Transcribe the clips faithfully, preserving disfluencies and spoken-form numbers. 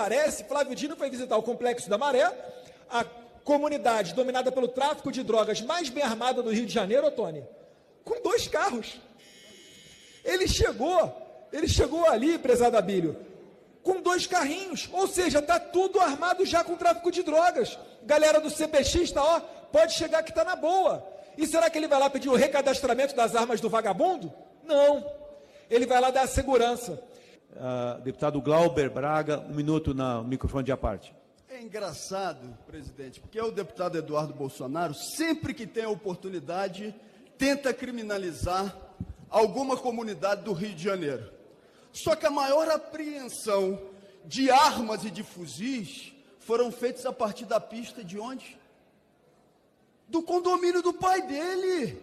parece, Flávio Dino foi visitar o Complexo da Maré, a comunidade dominada pelo tráfico de drogas mais bem armada do Rio de Janeiro, ô Tony, com dois carros. Ele chegou, ele chegou ali, prezado Abílio, com dois carrinhos, ou seja, está tudo armado já com tráfico de drogas. Galera do C P X está, ó, pode chegar que está na boa. E será que ele vai lá pedir o recadastramento das armas do vagabundo? Não, ele vai lá dar a segurança. Uh, deputado Glauber Braga, um minuto no microfone de à parte. É engraçado, presidente, porque o deputado Eduardo Bolsonaro, sempre que tem a oportunidade, tenta criminalizar alguma comunidade do Rio de Janeiro. Só que a maior apreensão de armas e de fuzis foram feitos a partir da pista de onde? Do condomínio do pai dele.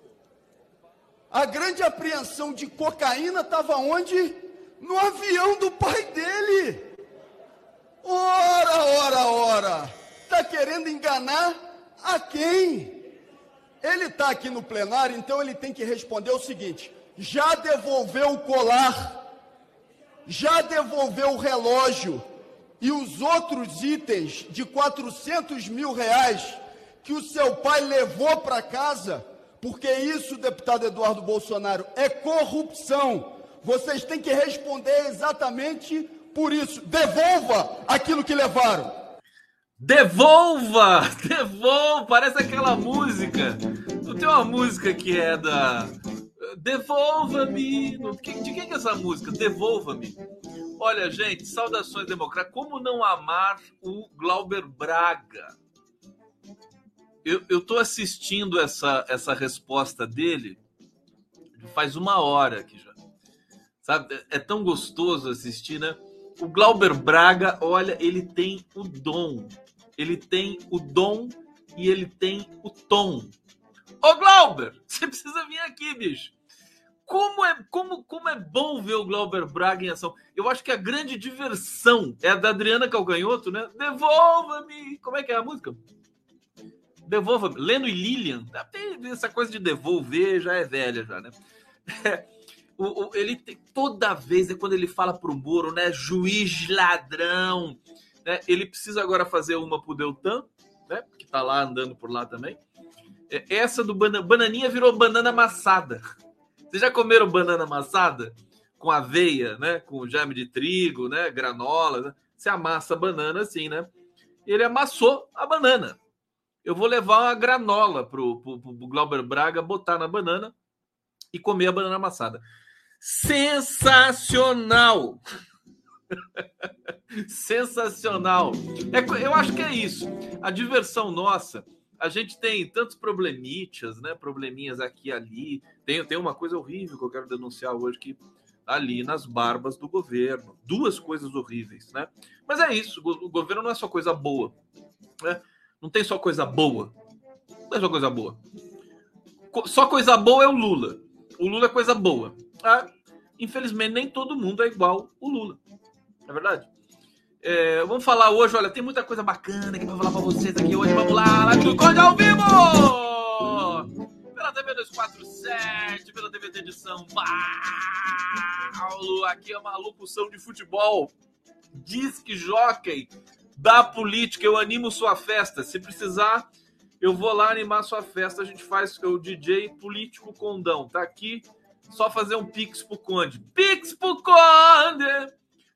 A grande apreensão de cocaína estava onde? No avião do pai dele. Ora, ora, ora. Está querendo enganar a quem? Ele está aqui no plenário, então ele tem que responder o seguinte: já devolveu o colar, já devolveu o relógio e os outros itens de quatrocentos mil reais que o seu pai levou para casa, porque isso, deputado Eduardo Bolsonaro, é corrupção. Vocês têm que responder exatamente por isso. Devolva aquilo que levaram. Devolva! Devolva! Parece aquela música. Não tem uma música que é da... Devolva-me. De quem é essa música? Devolva-me. Olha, gente, saudações democráticas. Como não amar o Glauber Braga? Eu estou assistindo essa, essa resposta dele faz uma hora aqui já. Sabe? É tão gostoso assistir, né? O Glauber Braga, olha, ele tem o dom. Ele tem o dom e ele tem o tom. Ô, Glauber, você precisa vir aqui, bicho. Como é, como, como é bom ver o Glauber Braga em ação. Eu acho que a grande diversão é a da Adriana Calcanhoto, né? Devolva-me. Como é que é a música? Devolva-me. Leno e Lilian. Essa coisa de devolver já é velha, já, né? É, o, o, ele tem, toda vez, é quando ele fala pro Moro, né? Juiz ladrão. Né? Ele precisa agora fazer uma pro Deltan, né? Que tá lá andando por lá também. É, essa do banana, bananinha virou banana amassada. Vocês já comeram banana amassada? Com aveia, né? Com germe de trigo, né? Granola. Né? Você amassa a banana assim, né? Ele amassou a banana. Eu vou levar uma granola pro, pro, pro Glauber Braga botar na banana e comer a banana amassada. Sensacional! Sensacional! É, eu acho que é isso. A diversão nossa... A gente tem tantos problemitas, né? Probleminhas aqui e ali. Tem, tem uma coisa horrível que eu quero denunciar hoje, que ali nas barbas do governo. Duas coisas horríveis, né? Mas é isso, o governo não é só coisa boa, né? Não tem só coisa boa. Não é só coisa boa. Só coisa boa é o Lula. O Lula é coisa boa. Ah, infelizmente, nem todo mundo é igual o Lula. É verdade? É, vamos falar hoje, olha, tem muita coisa bacana que eu vou falar pra vocês aqui hoje. Vamos lá, Live do Conde ao vivo! Pela T V duzentos e quarenta e sete, pela T V de São Paulo. Aqui é uma locução de futebol. Disque jockey da política. Eu animo sua festa. Se precisar, eu vou lá animar sua festa. A gente faz o D J político Condão. Tá aqui, só fazer um pix pro Conde. Pix pro Conde!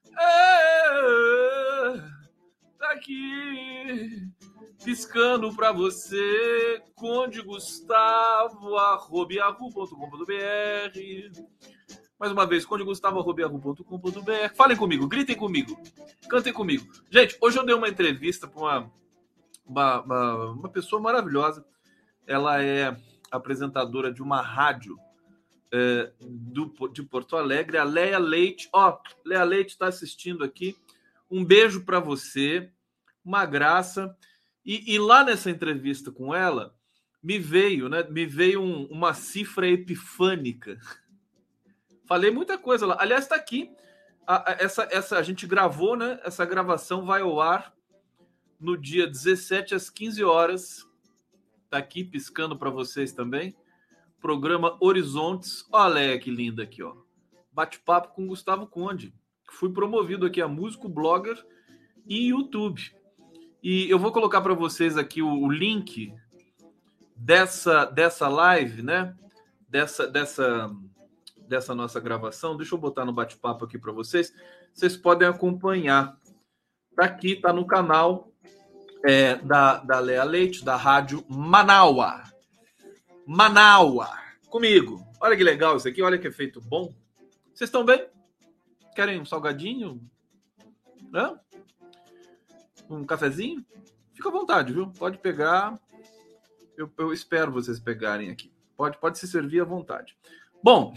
É, tá aqui piscando pra você, Conde Gustavo arroba yahoo ponto com ponto br. Mais uma vez, Conde Gustavo arroba yahoo ponto com ponto br. Falem comigo, gritem comigo, cantem comigo. Gente, hoje eu dei uma entrevista para uma, uma, uma, uma pessoa maravilhosa. Ela é apresentadora de uma rádio É, do, de Porto Alegre, a Leia Leite. Ó, Leia Leite está assistindo aqui. Um beijo para você, uma graça. E, e lá nessa entrevista com ela, me veio, né? Me veio um, uma cifra epifânica. Falei muita coisa lá. Aliás, está aqui. A, a, essa, essa, a gente gravou, né? Essa gravação vai ao ar no dia dezessete às quinze horas. Está aqui piscando para vocês também. Programa Horizontes. Olha que linda aqui, ó. Bate-papo com Gustavo Conde. Fui promovido aqui a músico, blogger e YouTube. E eu vou colocar para vocês aqui o, o link dessa, dessa live, né? Dessa, dessa, dessa nossa gravação. Deixa eu botar no bate-papo aqui para vocês. Vocês podem acompanhar. Tá aqui, tá no canal é, da, da Léa Leite, da Rádio Manaua. Manaua. Comigo. Olha que legal isso aqui, olha que efeito bom. Vocês estão bem? Querem um salgadinho? Hã? Um cafezinho? Fica à vontade, viu? Pode pegar. Eu, eu espero vocês pegarem aqui. Pode, pode se servir à vontade. Bom,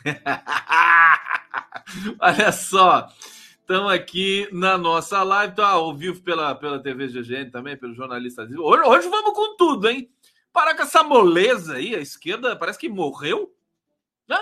olha só. Estamos aqui na nossa live. Tá ao vivo pela, pela T V G G N também, pelo jornalista. Hoje, hoje vamos com tudo, hein? Parar com essa moleza aí. A esquerda parece que morreu. Né?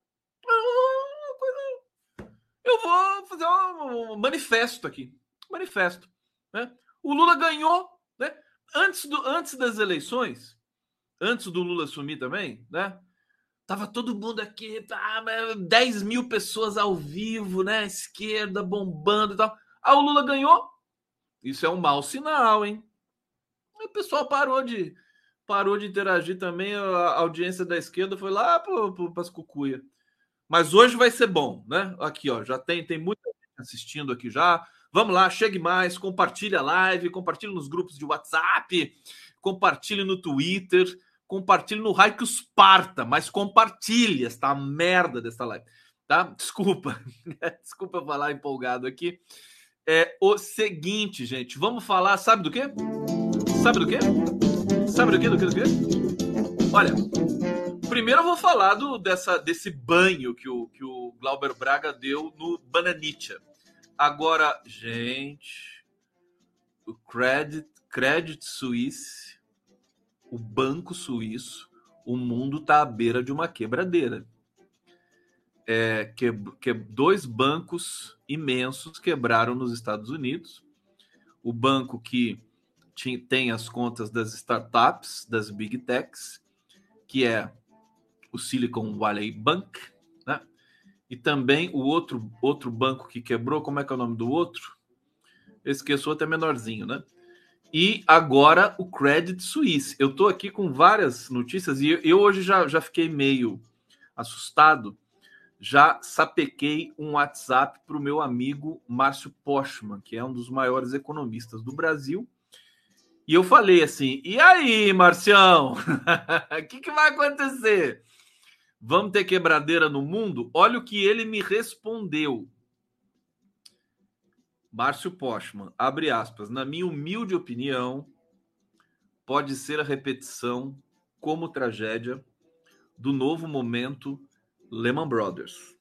Eu vou fazer um manifesto aqui. Manifesto. Né? O Lula ganhou, né? Antes, do, antes das eleições, antes do Lula assumir também, né? Tava todo mundo aqui, tá, dez mil pessoas ao vivo, né? Esquerda bombando e tal. Aí o Lula ganhou. Isso é um mau sinal, hein? Aí o pessoal parou de, parou de interagir também. A audiência da esquerda foi lá para as cucuia. Mas hoje vai ser bom, né? Aqui, ó, já tem, tem muita gente assistindo aqui já. Vamos lá, chegue mais, compartilhe a live, compartilhe nos grupos de WhatsApp, compartilhe no Twitter, compartilhe no raio que os parta, mas compartilhe esta merda dessa live, tá? Desculpa, desculpa eu falar empolgado aqui. É o seguinte, gente, vamos falar, sabe do quê? Sabe do quê? Sabe do quê? Do quê? Do quê? Olha, primeiro eu vou falar do, dessa, desse banho que o, que o Glauber Braga deu no Bananicha. Agora, gente, o Credit, Credit Suisse, o banco suíço, o mundo está à beira de uma quebradeira. É, que, que dois bancos imensos quebraram nos Estados Unidos. O banco que tinha, tem as contas das startups, das big techs, que é o Silicon Valley Bank, né? E também o outro, outro banco que quebrou, como é que é o nome do outro? Eu esqueço, o outro é menorzinho, né? E agora o Credit Suisse. Eu estou aqui com várias notícias e eu hoje já, já fiquei meio assustado. Já sapequei um WhatsApp para o meu amigo Márcio Postman, que é um dos maiores economistas do Brasil. E eu falei assim, e aí, Marcião? O que, que vai acontecer? Vamos ter quebradeira no mundo? Olha o que ele me respondeu. Márcio Postman, abre aspas, na minha humilde opinião, pode ser a repetição como tragédia do novo momento Lehman Brothers.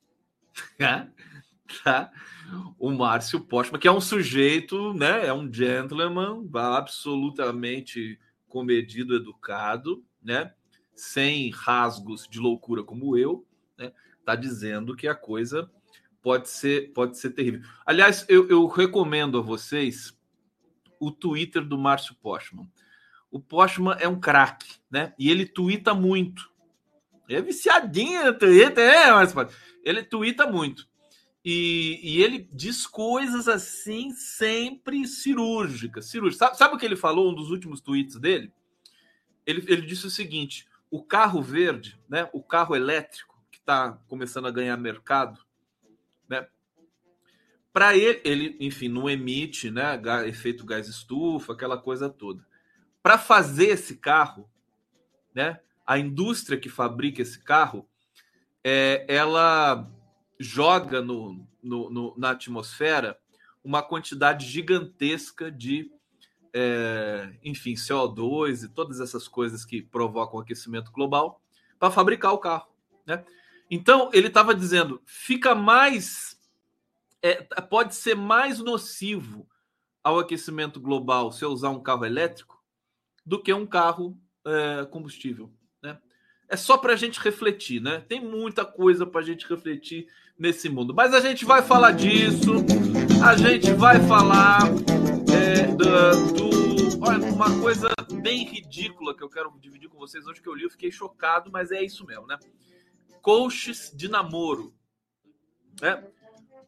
Tá? O Márcio Postman, que é um sujeito, né, é um gentleman, absolutamente comedido, educado, né, sem rasgos de loucura como eu, né, tá dizendo que a coisa pode ser, pode ser terrível. Aliás, eu, eu recomendo a vocês o Twitter do Márcio Postman. O Postman é um craque, né? E ele tuita muito. É viciadinho no Twitter, é, mas ele tuita muito. E, e ele diz coisas assim, sempre cirúrgicas. cirúrgicas. Sabe, sabe o que ele falou, um dos últimos tweets dele? Ele, ele disse o seguinte, o carro verde, né, o carro elétrico, que está começando a ganhar mercado, né, para ele, ele, enfim, não emite, né, efeito gás estufa, aquela coisa toda. Para fazer esse carro, né, a indústria que fabrica esse carro, é, ela joga no, no, no, na atmosfera uma quantidade gigantesca de É, enfim, C O dois e todas essas coisas que provocam aquecimento global para fabricar o carro, né? Então, ele estava dizendo, fica mais, é, pode ser mais nocivo ao aquecimento global se eu usar um carro elétrico do que um carro é, combustível, né? É só para a gente refletir, né? Tem muita coisa para a gente refletir nesse mundo, mas a gente vai falar disso, a gente vai falar é, do, do olha, uma coisa bem ridícula que eu quero dividir com vocês hoje que eu li, eu fiquei chocado, mas é isso mesmo, né? Coaches de namoro, né?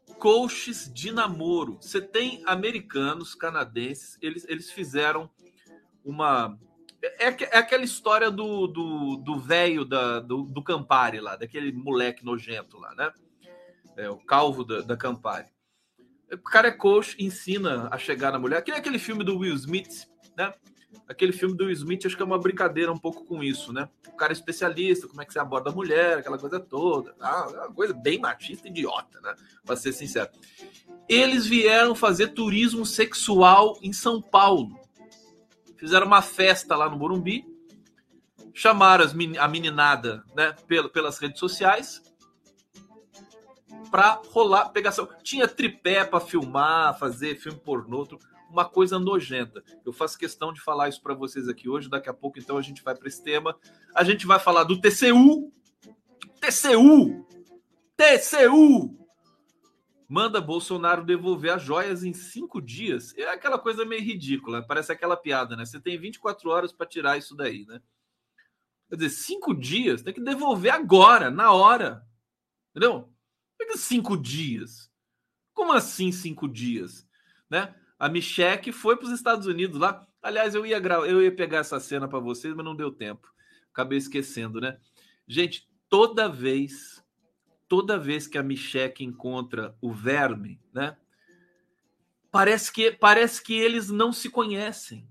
coaches de namoro. Você tem americanos, canadenses, eles, eles fizeram uma... É, é aquela história do do do velho do, do Campari lá, daquele moleque nojento lá, né? É, o calvo da, da Campari. O cara é coach, ensina a chegar na mulher. Aquele, aquele filme do Will Smith, né? Aquele filme do Will Smith, acho que é uma brincadeira um pouco com isso, né? O cara é especialista, como é que você aborda a mulher, aquela coisa toda. Tá? É uma coisa bem machista e idiota, né? Pra ser sincero. Eles vieram fazer turismo sexual em São Paulo. Fizeram uma festa lá no Morumbi, chamaram as men- a meninada, né, pelas redes sociais para rolar pegação. Tinha tripé para filmar, fazer filme pornô, uma coisa nojenta. Eu faço questão de falar isso para vocês aqui hoje. Daqui a pouco, então, a gente vai para esse tema. A gente vai falar do T C U. T C U! T C U! Manda Bolsonaro devolver as joias em cinco dias. É aquela coisa meio ridícula. Parece aquela piada, né? Você tem vinte e quatro horas para tirar isso daí, né? Quer dizer, cinco dias? Tem que devolver agora, na hora. Entendeu? Por que cinco dias? Como assim cinco dias? Né? A Michelle foi para os Estados Unidos lá. Aliás, eu ia, gra... eu ia pegar essa cena para vocês, mas não deu tempo. Acabei esquecendo, né? Gente, toda vez... Toda vez que a Michelle encontra o verme, né? Parece que, parece que eles não se conhecem.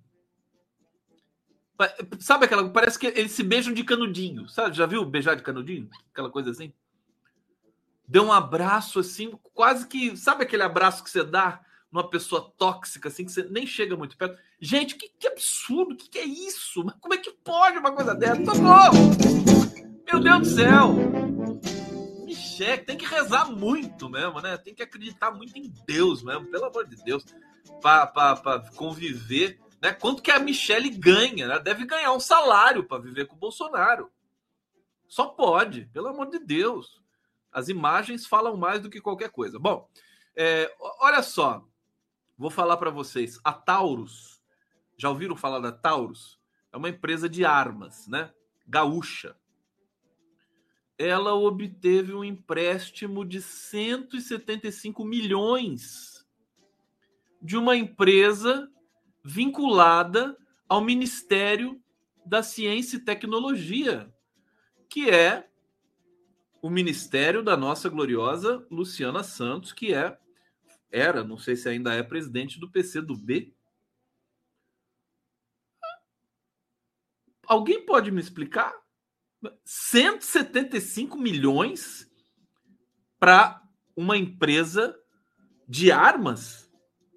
Sabe aquela... Parece que eles se beijam de canudinho. Sabe? Já viu beijar de canudinho? Aquela coisa assim. Deu um abraço assim, quase que... Sabe aquele abraço que você dá numa pessoa tóxica, assim, que você nem chega muito perto? Gente, que, que absurdo! Que, que é isso? Como é que pode uma coisa dessa? Socorro! Meu Deus do céu! Michelle, tem que rezar muito mesmo, né? Tem que acreditar muito em Deus mesmo, pelo amor de Deus, para conviver, né? Quanto que a Michelle ganha? Ela deve ganhar um salário para viver com o Bolsonaro. Só pode, pelo amor de Deus. As imagens falam mais do que qualquer coisa. Bom, é, olha só, vou falar para vocês. A Taurus, já ouviram falar da Taurus? É uma empresa de armas, né? Gaúcha. Ela obteve um empréstimo de cento e setenta e cinco milhões de uma empresa vinculada ao Ministério da Ciência e Tecnologia, que é o ministério da nossa gloriosa Luciana Santos, que é, era, não sei se ainda é, presidente do P C do B. Alguém pode me explicar? cento e setenta e cinco milhões para uma empresa de armas?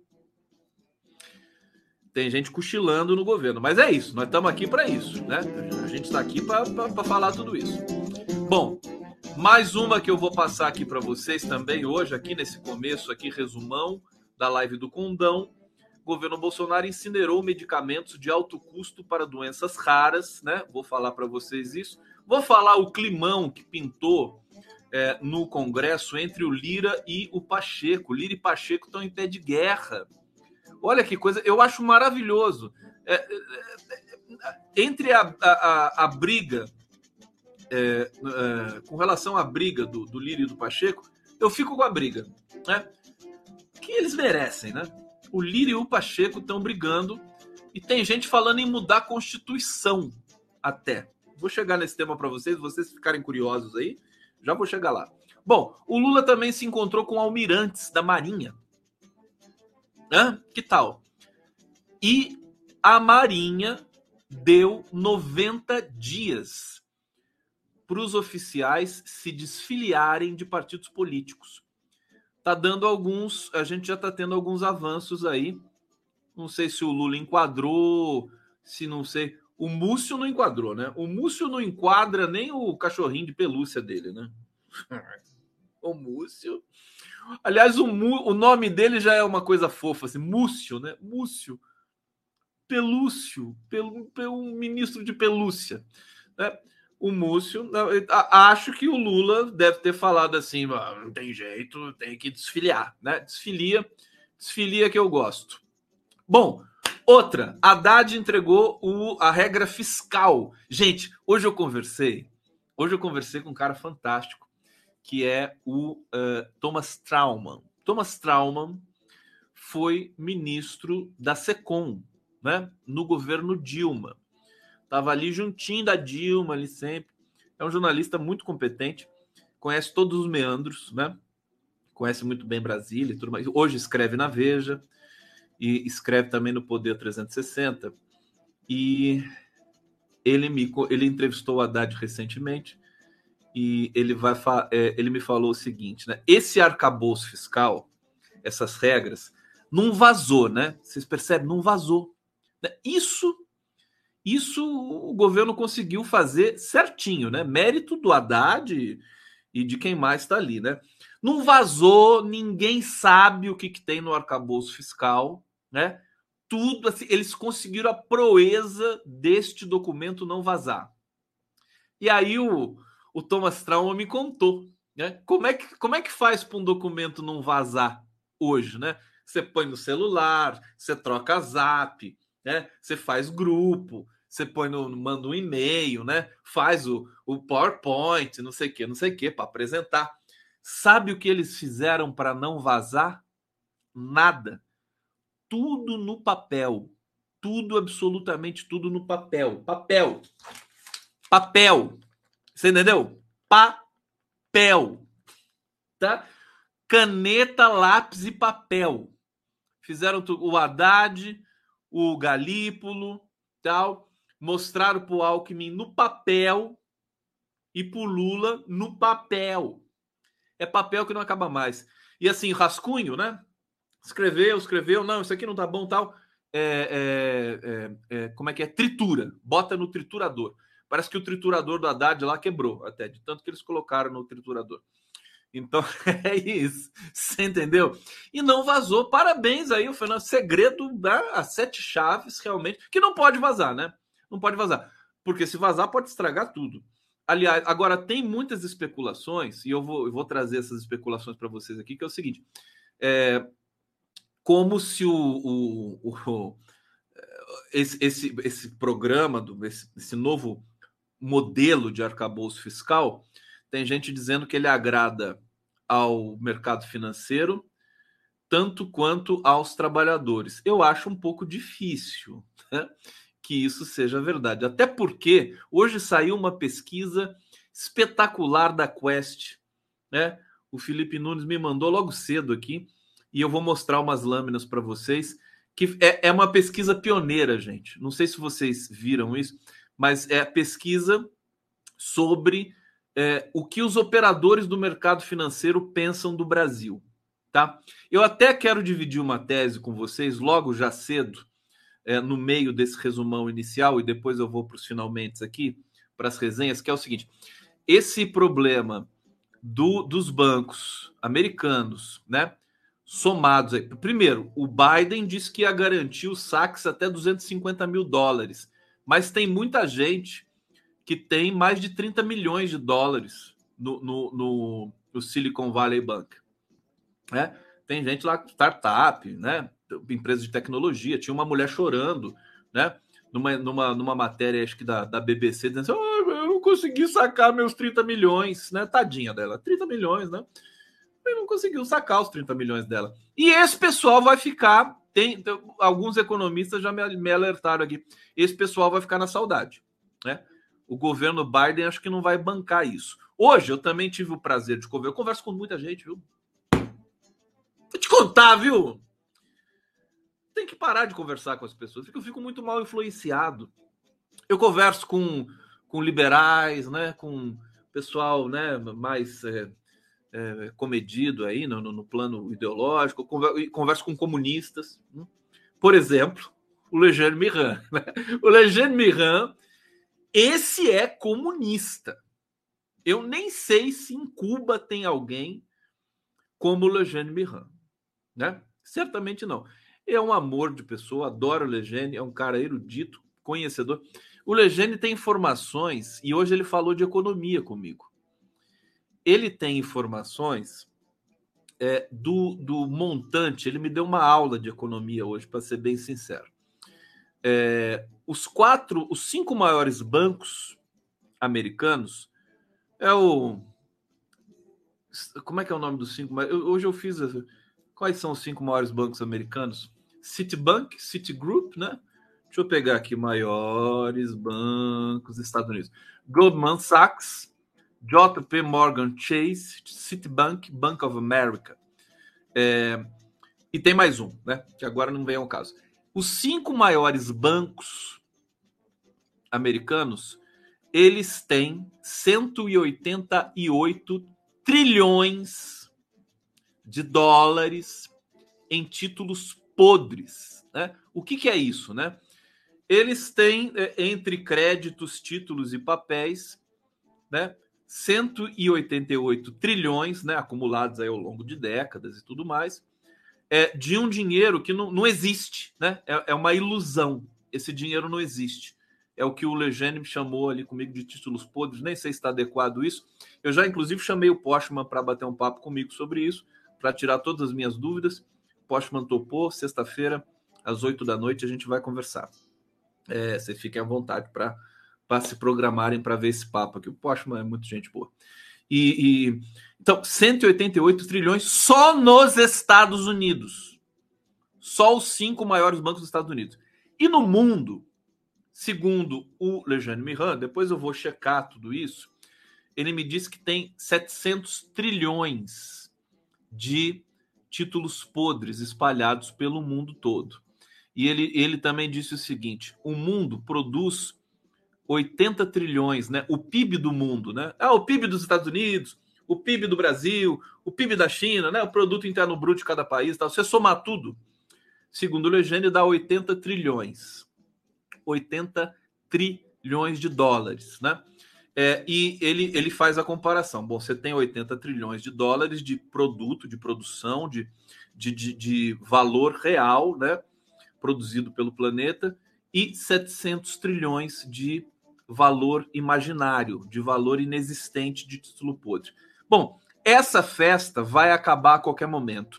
Tem gente cochilando no governo, mas é isso, nós estamos aqui para isso, né? A gente está aqui para falar tudo isso. Bom, mais uma que eu vou passar aqui para vocês também hoje, aqui nesse começo, aqui, resumão da live do Condão. O governo Bolsonaro incinerou medicamentos de alto custo para doenças raras, né? Vou falar para vocês isso. Vou falar o climão que pintou é, no Congresso entre o Lira e o Pacheco. Lira e Pacheco estão em pé de guerra. Olha que coisa, eu acho maravilhoso. É, é, é, entre a, a, a briga, é, é, com relação à briga do, do Lira e do Pacheco, eu fico com a briga, né? Que eles merecem, né? O Lira e o Pacheco estão brigando e tem gente falando em mudar a Constituição até. Vou chegar nesse tema para vocês, vocês ficarem curiosos aí, já vou chegar lá. Bom, o Lula também se encontrou com almirantes da Marinha. Hã? Que tal? E a Marinha deu noventa dias para os oficiais se desfiliarem de partidos políticos. Tá dando alguns, a gente já tá tendo alguns avanços aí. Não sei se o Lula enquadrou, se não sei. O Múcio não enquadrou, né? O Múcio não enquadra nem o cachorrinho de pelúcia dele, né? O Múcio. Aliás, o, Mú, o nome dele já é uma coisa fofa, assim, Múcio, né? Múcio. Pelúcio. Pel, pel, um ministro de pelúcia. Né? O Múcio, acho que o Lula deve ter falado assim, não tem jeito, tem que desfiliar, né? Desfilia, desfilia que eu gosto. Bom, outra, Haddad entregou o, a regra fiscal. Gente, hoje eu conversei, hoje eu conversei com um cara fantástico, que é o uh, Thomas Trauman. Thomas Trauman foi ministro da SECOM, né, no governo Dilma. Estava ali juntinho da Dilma, ali sempre. É um jornalista muito competente, conhece todos os meandros, né? Conhece muito bem Brasília e tudo mais. Hoje escreve na Veja e escreve também no Poder trezentos e sessenta. E ele me ele entrevistou o Haddad recentemente e ele vai é, ele me falou o seguinte, né? Esse arcabouço fiscal, essas regras, não vazou, né? Vocês percebem? Não vazou. Isso, isso o governo conseguiu fazer certinho, né? Mérito do Haddad e de quem mais está ali, né? Não vazou, ninguém sabe o que, que tem no arcabouço fiscal, né? Tudo assim, eles conseguiram a proeza deste documento não vazar. E aí o, o Thomas Trauman me contou, né? Como é que, como é que faz para um documento não vazar hoje, né? Você põe no celular, você troca zap, né? Você faz grupo, você põe no, manda um e-mail, né? Faz o, o PowerPoint, não sei o que, não sei o que, para apresentar. Sabe o que eles fizeram para não vazar? Nada. Tudo no papel. Tudo, absolutamente tudo no papel. Papel. Papel. Você entendeu? Papel. Tá? Caneta, lápis e papel. Fizeram o Haddad, o Galípolo, tal. Mostraram para o Alckmin no papel e para o Lula no papel. É papel que não acaba mais. E assim, rascunho, né? Escreveu, escreveu, não, isso aqui não tá bom, tal. É, é, é, é, como é que é? Tritura. Bota no triturador. Parece que o triturador do Haddad lá quebrou, até, de tanto que eles colocaram no triturador. Então, é isso. Você entendeu? E não vazou. Parabéns aí, o Fernando. Segredo das sete chaves, realmente, que não pode vazar, né? Não pode vazar. Porque se vazar, pode estragar tudo. Aliás, agora tem muitas especulações, e eu vou, eu vou trazer essas especulações para vocês aqui, que é o seguinte. É, como se o, o, o esse, esse, esse programa, do, esse, esse novo modelo de arcabouço fiscal, tem gente dizendo que ele agrada ao mercado financeiro tanto quanto aos trabalhadores. Eu acho um pouco difícil, né, que isso seja verdade. Até porque hoje saiu uma pesquisa espetacular da Quest, né? O Felipe Nunes me mandou logo cedo aqui, e eu vou mostrar umas lâminas para vocês, que é, é uma pesquisa pioneira, gente. Não sei se vocês viram isso, mas é pesquisa sobre é, o que os operadores do mercado financeiro pensam do Brasil, tá? Eu até quero dividir uma tese com vocês logo já cedo, é, no meio desse resumão inicial, e depois eu vou para os finalmente aqui, para as resenhas, que é o seguinte: esse problema do, dos bancos americanos, né, somados aí. Primeiro, o Biden disse que ia garantir os saques até duzentos e cinquenta mil dólares, mas tem muita gente que tem mais de trinta milhões de dólares no, no, no, no Silicon Valley Bank, né? Tem gente lá, startup, né, empresa de tecnologia. Tinha uma mulher chorando, né, numa, numa, numa matéria, acho que da, da B B C, dizendo assim: oh, eu não consegui sacar meus trinta milhões, né? Tadinha dela, trinta milhões, né? Ele não conseguiu sacar os trinta milhões dela. E esse pessoal vai ficar, tem, tem alguns economistas já me, me alertaram aqui, esse pessoal vai ficar na saudade, né? O governo Biden acho que não vai bancar isso. Hoje eu também tive o prazer de conversar, eu converso com muita gente, viu? Vou te contar, viu? Tem que parar de conversar com as pessoas, porque eu fico muito mal influenciado. Eu converso com, com liberais, né, com pessoal, né, mais é, é, comedido aí no, no plano ideológico. Eu converso, converso com comunistas. Né? Por exemplo, o Legendre Miran. Né? O Legendre Miran, esse é comunista. Eu nem sei se em Cuba tem alguém como o Legendre Miran. Né? Certamente não. É um amor de pessoa, adoro o Legendre, é um cara erudito, conhecedor. O Legendre tem informações, e hoje ele falou de economia comigo. Ele tem informações é, do, do montante, ele me deu uma aula de economia hoje, para ser bem sincero. É, os quatro, os cinco maiores bancos americanos é o Como é que é o nome dos cinco? Eu, hoje eu fiz. Quais são os cinco maiores bancos americanos? Citibank, Citigroup, né? Deixa eu pegar aqui maiores bancos dos Estados Unidos. Goldman Sachs, J P Morgan Chase, Citibank, Bank of America. É, e tem mais um, né? Que agora não vem ao caso. Os cinco maiores bancos americanos, eles têm cento e oitenta e oito trilhões de dólares em títulos podres, né? O que, que é isso, né? Eles têm, entre créditos, títulos e papéis, né, cento e oitenta e oito trilhões, né, acumulados aí ao longo de décadas e tudo mais, é, de um dinheiro que não, não existe, né? É, é uma ilusão. Esse dinheiro não existe. É o que o Legene me chamou ali comigo de títulos podres. Nem sei se está adequado isso. Eu já, inclusive, chamei o Postman para bater um papo comigo sobre isso, para tirar todas as minhas dúvidas. O Postman topou. Sexta-feira, às oito da noite, a gente vai conversar. É, vocês fiquem à vontade para se programarem para ver esse papo aqui. O Postman é muito gente boa. E, e, então, cento e oitenta e oito trilhões só nos Estados Unidos. Só os cinco maiores bancos dos Estados Unidos. E no mundo, segundo o Legene Miran, depois eu vou checar tudo isso, ele me disse que tem setecentos trilhões de títulos podres espalhados pelo mundo todo. E ele, ele também disse o seguinte: o mundo produz oitenta trilhões, né? O P I B do mundo, né? Ah, o P I B dos Estados Unidos, o P I B do Brasil, o P I B da China, né? O produto interno bruto de cada país, tal. Você somar tudo, segundo o Legene, dá oitenta trilhões. oitenta trilhões de dólares, né? É, e ele, ele faz a comparação. Bom, você tem oitenta trilhões de dólares de produto, de produção, de, de, de, de valor real, né? Produzido pelo planeta, e setecentos trilhões de valor imaginário, de valor inexistente de título podre. Bom, essa festa vai acabar a qualquer momento.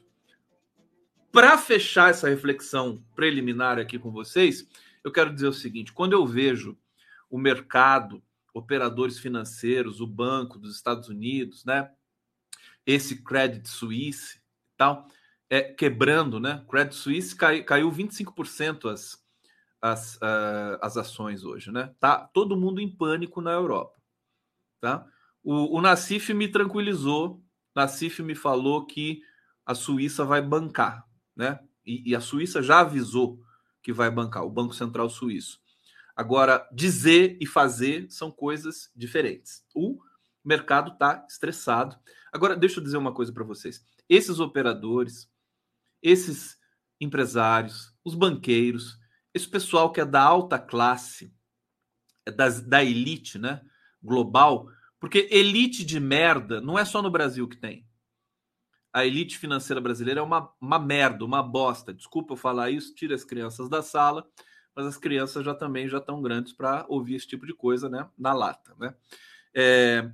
Para fechar essa reflexão preliminar aqui com vocês, eu quero dizer o seguinte: quando eu vejo o mercado, operadores financeiros, o banco dos Estados Unidos, né, esse Credit Suisse e tal, é, quebrando, né? Credit Suisse cai, caiu vinte e cinco por cento as, as, uh, as ações hoje, né? Tá todo mundo em pânico na Europa, tá? O, o Nassif me tranquilizou, Nassif me falou que a Suíça vai bancar, né? E, e a Suíça já avisou que vai bancar, o Banco Central Suíço. Agora, dizer e fazer são coisas diferentes. O mercado está estressado. Agora, deixa eu dizer uma coisa para vocês. Esses operadores, esses empresários, os banqueiros, esse pessoal que é da alta classe, é das, da elite, né, global, porque elite de merda não é só no Brasil que tem. A elite financeira brasileira é uma, uma merda, uma bosta. Desculpa eu falar isso, tira as crianças da sala, mas as crianças já também já estão grandes para ouvir esse tipo de coisa, né, na lata, né? É,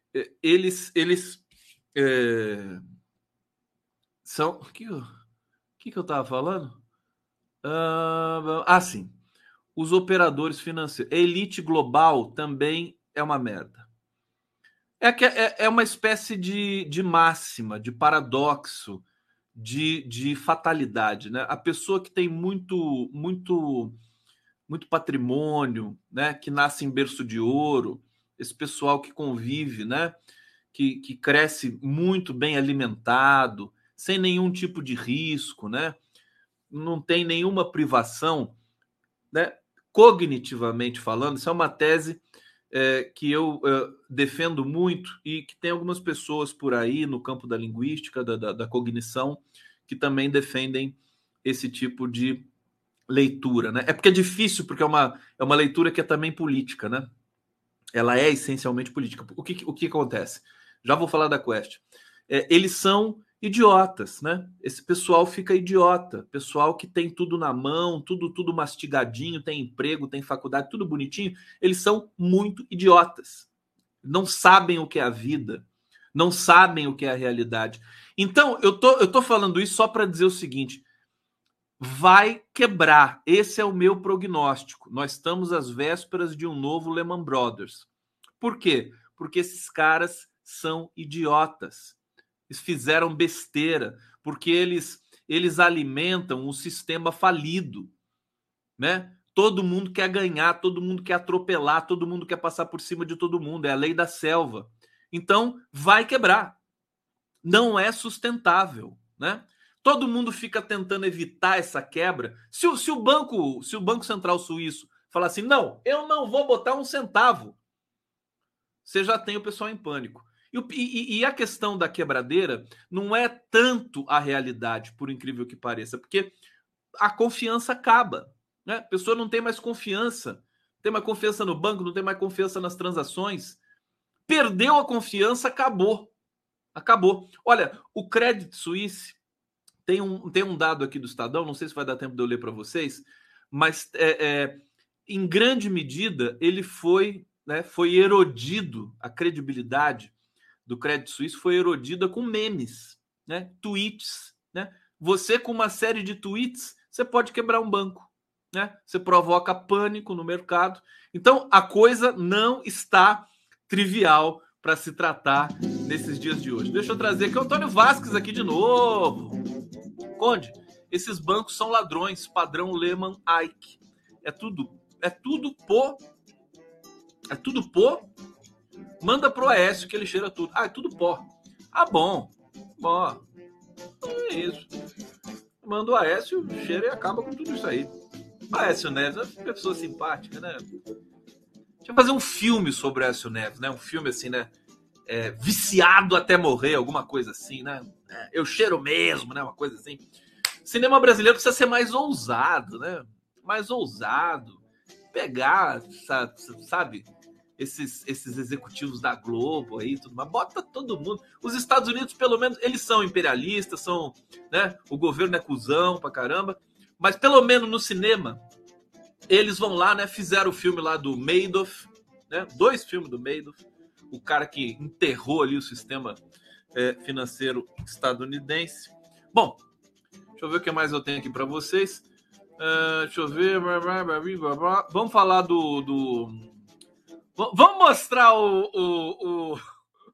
eles eles é, são... O que, que, que eu estava falando? Uh, ah, sim. Os operadores financeiros. A elite global também é uma merda. É, que é, é uma espécie de, de máxima, de paradoxo, de, de fatalidade, né? A pessoa que tem muito, muito, muito patrimônio, né? Que nasce em berço de ouro, esse pessoal que convive, né? Que, que cresce muito bem alimentado, sem nenhum tipo de risco, né? Não tem nenhuma privação, né? Cognitivamente falando, isso é uma tese é, que eu é, defendo muito e que tem algumas pessoas por aí no campo da linguística, da, da, da cognição, que também defendem esse tipo de leitura, né? É porque é difícil, porque é uma, é uma leitura que é também política, né? Ela é essencialmente política. O que, o que acontece? Já vou falar da Quest. É, eles são idiotas, né? Esse pessoal fica idiota. Pessoal que tem tudo na mão, tudo tudo mastigadinho, tem emprego, tem faculdade, tudo bonitinho. Eles são muito idiotas. Não sabem o que é a vida. Não sabem o que é a realidade. Então, eu tô, eu tô falando isso só para dizer o seguinte: vai quebrar. Esse é o meu prognóstico. Nós estamos às vésperas de um novo Lehman Brothers. Por quê? Porque esses caras são idiotas. Eles fizeram besteira, porque eles, eles alimentam um sistema falido, né? Todo mundo quer ganhar, todo mundo quer atropelar, todo mundo quer passar por cima de todo mundo. É a lei da selva. Então, vai quebrar. Não é sustentável, né? Todo mundo fica tentando evitar essa quebra. Se o, se o banco, se o Banco Central Suíço falar assim, não, eu não vou botar um centavo, você já tem o pessoal em pânico. E, e, e a questão da quebradeira não é tanto a realidade, por incrível que pareça, porque a confiança acaba, né? A pessoa não tem mais confiança, não tem mais confiança no banco, não tem mais confiança nas transações. Perdeu a confiança, acabou. Acabou. Olha, o Credit Suisse tem um, tem um dado aqui do Estadão, não sei se vai dar tempo de eu ler para vocês, mas é, é, em grande medida ele foi, né, foi erodido, a credibilidade do Credit Suisse foi erodida com memes, né, tweets, né? Você com uma série de tweets, você pode quebrar um banco, né? Você provoca pânico no mercado. Então a coisa não está trivial para se tratar nesses dias de hoje. Deixa eu trazer aqui o Antônio Vasquez aqui de novo. Conde, esses bancos são ladrões, padrão Lehman Ike. É tudo, é tudo pô. É tudo pô. Manda pro Aécio que ele cheira tudo. Ah, é tudo pó. Ah, bom. Bom. É isso. Manda o Aécio, cheira e acaba com tudo isso aí. Aécio Neves é uma pessoa simpática, né? Deixa eu fazer um filme sobre o Aécio Neves, né? Um filme assim, né? É, viciado até morrer, alguma coisa assim, né? É, eu cheiro mesmo, né? Uma coisa assim. O cinema brasileiro precisa ser mais ousado, né? Mais ousado. Pegar, sabe? Esses, esses executivos da Globo aí, tudo mais. Bota todo mundo. Os Estados Unidos, pelo menos, eles são imperialistas, são, né? O governo é cuzão pra caramba. Mas pelo menos no cinema, eles vão lá, né? Fizeram o filme lá do Madoff, né? Dois filmes do Madoff. O cara que enterrou ali o sistema é, financeiro estadunidense. Bom, deixa eu ver o que mais eu tenho aqui para vocês. Uh, deixa eu ver. Vamos falar do... do... Vamos mostrar o, o, o...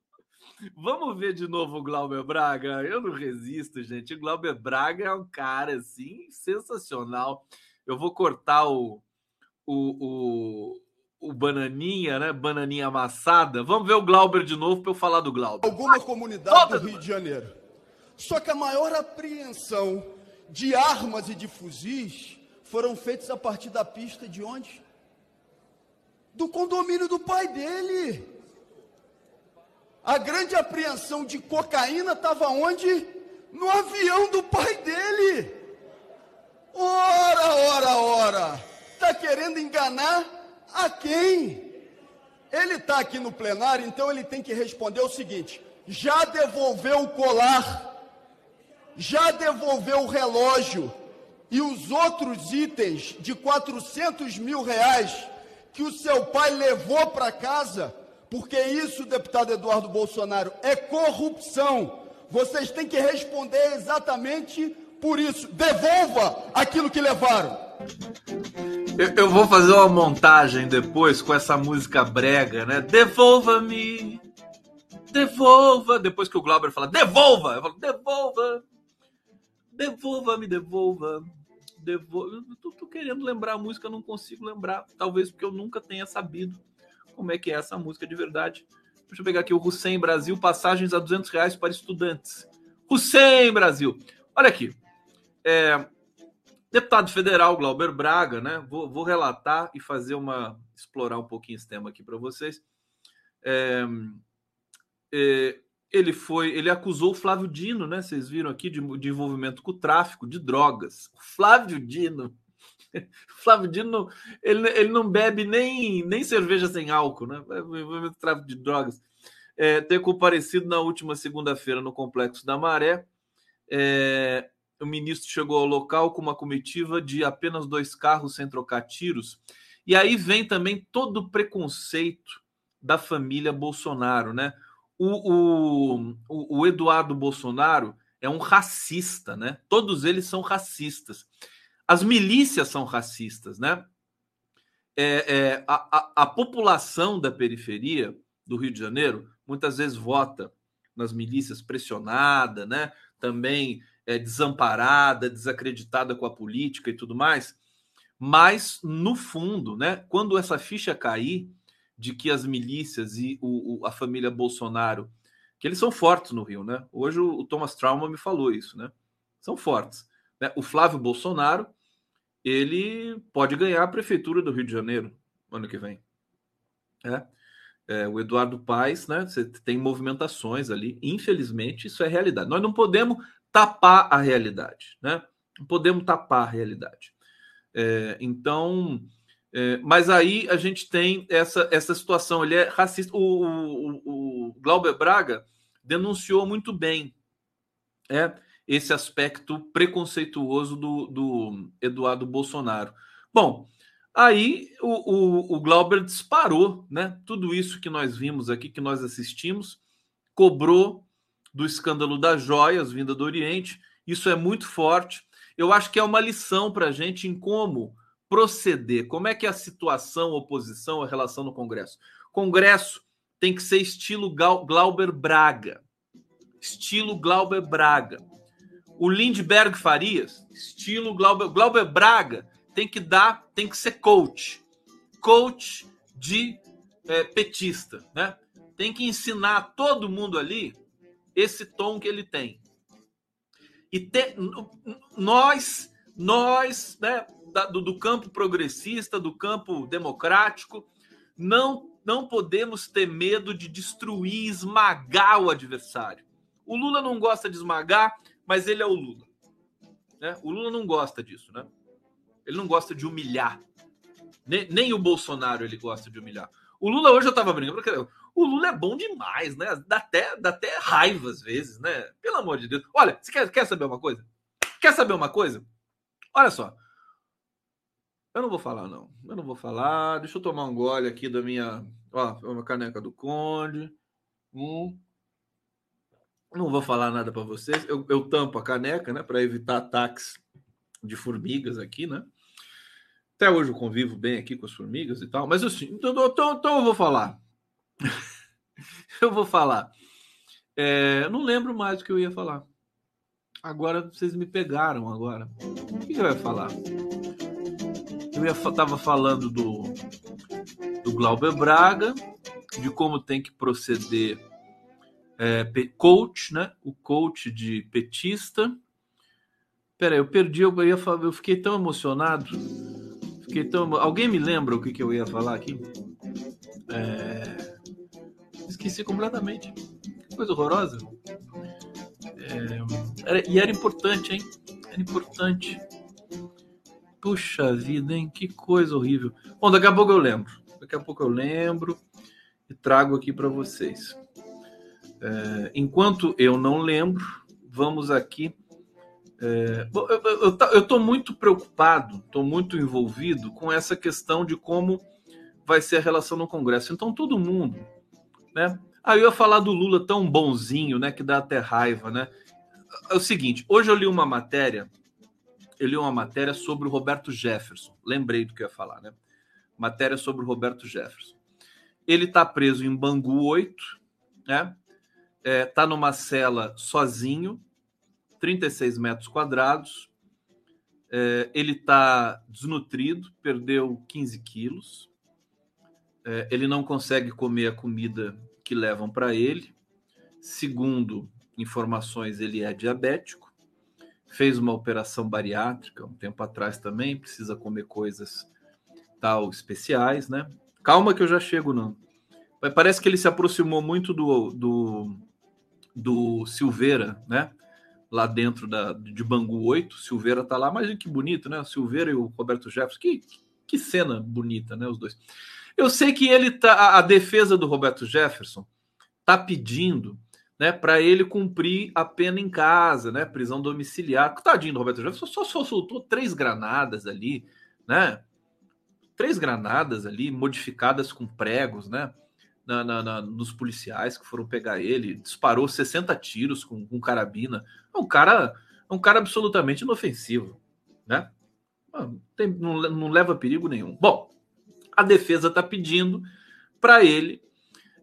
Vamos ver de novo o Glauber Braga? Eu não resisto, gente. O Glauber Braga é um cara, assim, sensacional. Eu vou cortar o... o, o... o Bananinha, né? Bananinha amassada. Vamos ver o Glauber de novo para eu falar do Glauber. Alguma comunidade do Rio de Janeiro. Só que a maior apreensão de armas e de fuzis foram feitos a partir da pista de onde? Do condomínio do pai dele. A grande apreensão de cocaína estava onde? No avião do pai dele. Ora, ora, ora. Está querendo enganar a quem? Ele está aqui no plenário, então ele tem que responder o seguinte: já devolveu o colar, já devolveu o relógio e os outros itens de quatrocentos mil reais que o seu pai levou para casa, porque isso, deputado Eduardo Bolsonaro, é corrupção. Vocês têm que responder exatamente por isso. Devolva aquilo que levaram. Eu, eu vou fazer uma montagem depois com essa música brega, né? Devolva-me, devolva. Depois que o Glauber fala, devolva, eu falo, devolva, devolva-me, devolva, devolva. Eu tô, tô querendo lembrar a música, não consigo lembrar. Talvez porque eu nunca tenha sabido como é que é essa música de verdade. Deixa eu pegar aqui o Hussein Brasil, passagens a duzentos reais para estudantes. Hussein Brasil. Olha aqui. É... Deputado federal Glauber Braga, né? Vou, vou relatar e fazer uma... explorar um pouquinho esse tema aqui para vocês. É, é, ele foi... Ele acusou o Flávio Dino, né? Vocês viram aqui, de, de envolvimento com o tráfico de drogas. O Flávio Dino... O Flávio Dino, ele, ele não bebe nem, nem cerveja sem álcool, né? Envolvimento com tráfico de drogas. É, ter comparecido na última segunda-feira no Complexo da Maré. É... O ministro chegou ao local com uma comitiva de apenas dois carros sem trocar tiros. E aí vem também todo o preconceito da família Bolsonaro, né? O, o, o Eduardo Bolsonaro é um racista, né? Todos eles são racistas. As milícias são racistas, né? É, é, a, a, a população da periferia do Rio de Janeiro muitas vezes vota nas milícias, pressionada, né? Também é, desamparada, desacreditada com a política e tudo mais. Mas, no fundo, né, quando essa ficha cair de que as milícias e o, o, a família Bolsonaro, que eles são fortes no Rio, né? Hoje o, o Thomas Trauma me falou isso, né? São fortes. Né? O Flávio Bolsonaro, ele pode ganhar a prefeitura do Rio de Janeiro ano que vem. É. É, o Eduardo Paes, né? Você tem movimentações ali. Infelizmente, isso é realidade. Nós não podemos tapar a realidade, né? Não podemos tapar a realidade. É, então, é, mas aí a gente tem essa, essa situação. Ele é racista. O, o, o Glauber Braga denunciou muito bem é, esse aspecto preconceituoso do, do Eduardo Bolsonaro. Bom, aí o, o, o Glauber disparou, né? Tudo isso que nós vimos aqui, que nós assistimos, cobrou do escândalo das joias vinda do Oriente. Isso é muito forte. Eu acho que é uma lição para a gente em como proceder, como é que é a situação, a oposição, a relação no Congresso. Congresso tem que ser estilo Glauber Braga. Estilo Glauber Braga. O Lindbergh Farias, estilo Glauber, Glauber Braga, tem que dar, tem que ser coach. Coach de é, petista, né? Tem que ensinar todo mundo ali esse tom que ele tem. E te, nós, nós, né, do, do campo progressista, do campo democrático, não, não podemos ter medo de destruir, esmagar o adversário. O Lula não gosta de esmagar, mas ele é o Lula. Né? O Lula não gosta disso, né? Ele não gosta de humilhar. Nem, nem o Bolsonaro ele gosta de humilhar. O Lula, hoje eu estava brincando, porque o Lula é bom demais, né? Dá até, dá até raiva às vezes, né? Pelo amor de Deus. Olha, você quer, quer saber uma coisa? Quer saber uma coisa? Olha só. Eu não vou falar, não. Eu não vou falar. Deixa eu tomar um gole aqui da minha... Ó, uma caneca do Conde. Hum. Não vou falar nada para vocês. Eu, eu tampo a caneca, né? Para evitar ataques de formigas aqui, né? Até hoje eu convivo bem aqui com as formigas e tal. Mas assim, então, então, então eu vou falar. eu vou falar. É, eu não lembro mais o que eu ia falar. Agora vocês me pegaram agora. O que eu ia falar? Eu estava falando do, do Glauber Braga, de como tem que proceder é, coach, né? O coach de petista. Peraí, eu perdi, eu, ia falar, eu fiquei tão emocionado. Fiquei tão... Alguém me lembra o que, que eu ia falar aqui? É... Esqueci completamente. Que coisa horrorosa. É... Era... E era importante, hein? Era importante. Puxa vida, hein? Que coisa horrível. Bom, daqui a pouco eu lembro. Daqui a pouco eu lembro e trago aqui para vocês. É... Enquanto eu não lembro, vamos aqui. É... Eu estou muito preocupado, estou muito envolvido com essa questão de como vai ser a relação no Congresso. Então, todo mundo, né? Aí eu ia falar do Lula tão bonzinho, né? Que dá até raiva, né? É o seguinte, hoje eu li uma matéria, eu li uma matéria sobre o Roberto Jefferson. Lembrei do que eu ia falar, né? Matéria sobre o Roberto Jefferson. Ele está preso em Bangu oito, né? É, tá numa cela sozinho, trinta e seis metros quadrados. É, ele está desnutrido, perdeu quinze quilos. É, ele não consegue comer a comida que levam para ele. Segundo informações, ele é diabético. Fez uma operação bariátrica um tempo atrás também. Precisa comer coisas tal especiais, né? Calma que eu já chego, não. Parece que ele se aproximou muito do, do, do Silveira, né? Lá dentro da, de Bangu oito. Silveira tá lá. Mas que bonito, né? O Silveira e o Roberto Jefferson. Que, que cena bonita, né? Os dois. Eu sei que ele tá, a defesa do Roberto Jefferson tá pedindo, né, para ele cumprir a pena em casa, né, prisão domiciliar. Tadinho do Roberto Jefferson, só, só soltou três granadas ali, né, três granadas ali modificadas com pregos, né, na, na, na, nos policiais que foram pegar ele, disparou sessenta tiros com, com carabina. É um cara, é um cara absolutamente inofensivo, né, não, tem, não, não leva perigo nenhum. Bom, a defesa está pedindo para ele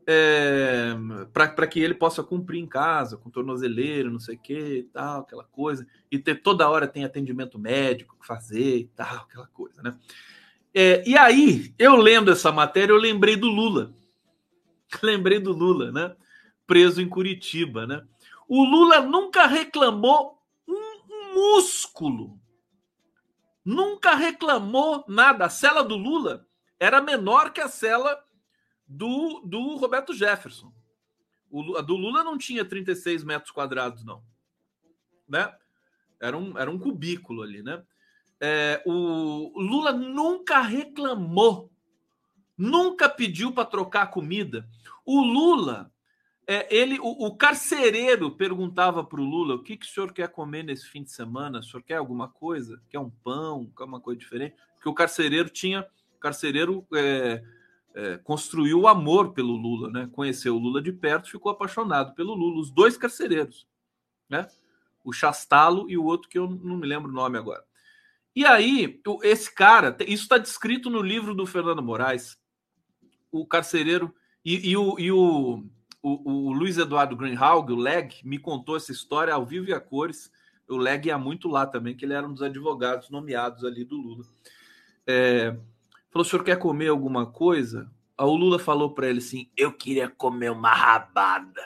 é, para que ele possa cumprir em casa, com tornozeleiro, não sei o que e tal, aquela coisa, e ter toda hora tem atendimento médico que fazer e tal, aquela coisa, né? É, e aí, eu lendo essa matéria, eu lembrei do Lula. Lembrei do Lula, né? Preso em Curitiba, né? O Lula nunca reclamou um músculo. Nunca reclamou nada. A cela do Lula era menor que a cela do, do Roberto Jefferson. O, a do Lula não tinha trinta e seis metros quadrados, não. Né? Era um, era um cubículo ali, né? É, o, o Lula nunca reclamou. Nunca pediu para trocar comida. O Lula, é, ele, o, o carcereiro perguntava para o Lula: o que, que o senhor quer comer nesse fim de semana? O senhor quer alguma coisa? Quer um pão? Quer uma coisa diferente? Porque o carcereiro tinha. O carcereiro é, é, construiu o amor pelo Lula, né? Conheceu o Lula de perto, ficou apaixonado pelo Lula. Os dois carcereiros, né? O Chastalo e o outro que eu não me lembro o nome agora. E aí, esse cara, isso está descrito no livro do Fernando Moraes, o carcereiro, e, e, o, e o, o, o Luiz Eduardo Greenhalgh, o Leg, me contou essa história ao vivo e a cores. O Leg ia muito lá também, que ele era um dos advogados nomeados ali do Lula. É, falou: o senhor quer comer alguma coisa? Aí o Lula falou para ele assim: eu queria comer uma rabada.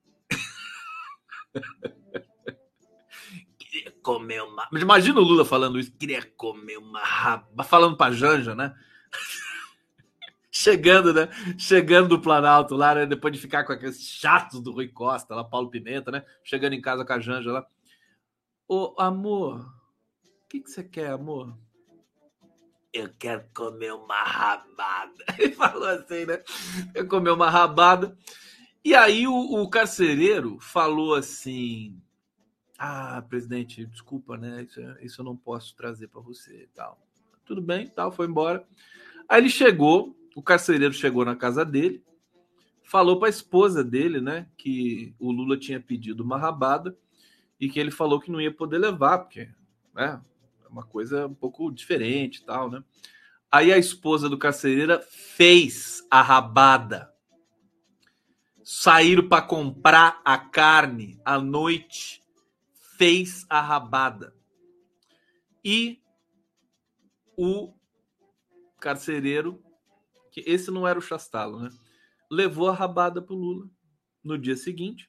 Queria comer uma... Imagina o Lula falando isso: queria comer uma rabada. Falando para Janja, né? Chegando, né? Chegando do Planalto lá, né? Depois de ficar com aqueles chatos do Rui Costa, lá, Paulo Pimenta, né? Chegando em casa com a Janja lá. Ô, amor, o que, que você quer, amor? Eu quero comer uma rabada. Ele falou assim, né? Eu comer uma rabada. E aí o, o carcereiro falou assim: ah, presidente, desculpa, né? Isso, isso eu não posso trazer para você e tal. Tudo bem, tal, foi embora. Aí ele chegou, o carcereiro chegou na casa dele, falou para a esposa dele, né, que o Lula tinha pedido uma rabada e que ele falou que não ia poder levar, porque, né, é uma coisa um pouco diferente e tal, né? Aí a esposa do carcereiro fez a rabada. Saíram para comprar a carne à noite, fez a rabada. E o carcereiro, que esse não era o Chastalo, né? Levou a rabada pro Lula no dia seguinte.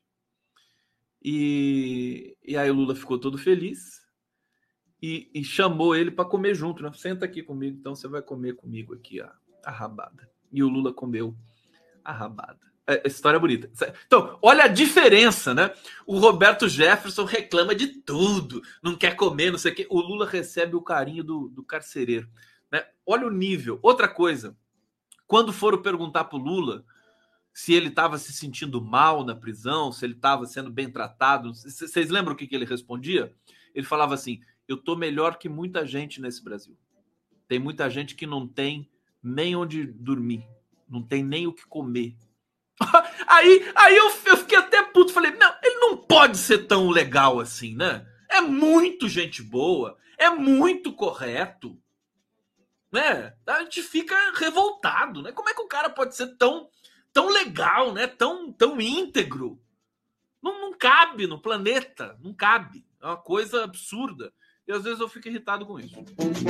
E, e aí o Lula ficou todo feliz e, e chamou ele para comer junto, né? Senta aqui comigo, então você vai comer comigo aqui a, a rabada. E o Lula comeu a rabada. É, a história é bonita. Então, olha a diferença, né? O Roberto Jefferson reclama de tudo, não quer comer, não sei o quê. O Lula recebe o carinho do, do carcereiro. Né? Olha o nível. Outra coisa, quando foram perguntar para o Lula se ele estava se sentindo mal na prisão, se ele estava sendo bem tratado, vocês lembram o que, que ele respondia? Ele falava assim: eu estou melhor que muita gente nesse Brasil. Tem muita gente que não tem nem onde dormir, não tem nem o que comer. Aí, aí eu, eu fiquei até puto, falei: não, ele não pode ser tão legal assim, né? É muito gente boa, é muito correto. Né? A gente fica revoltado, né? Como é que o cara pode ser tão, tão legal, né? Tão, tão íntegro? Não, não cabe no planeta, não cabe. É uma coisa absurda. E às vezes eu fico irritado com isso.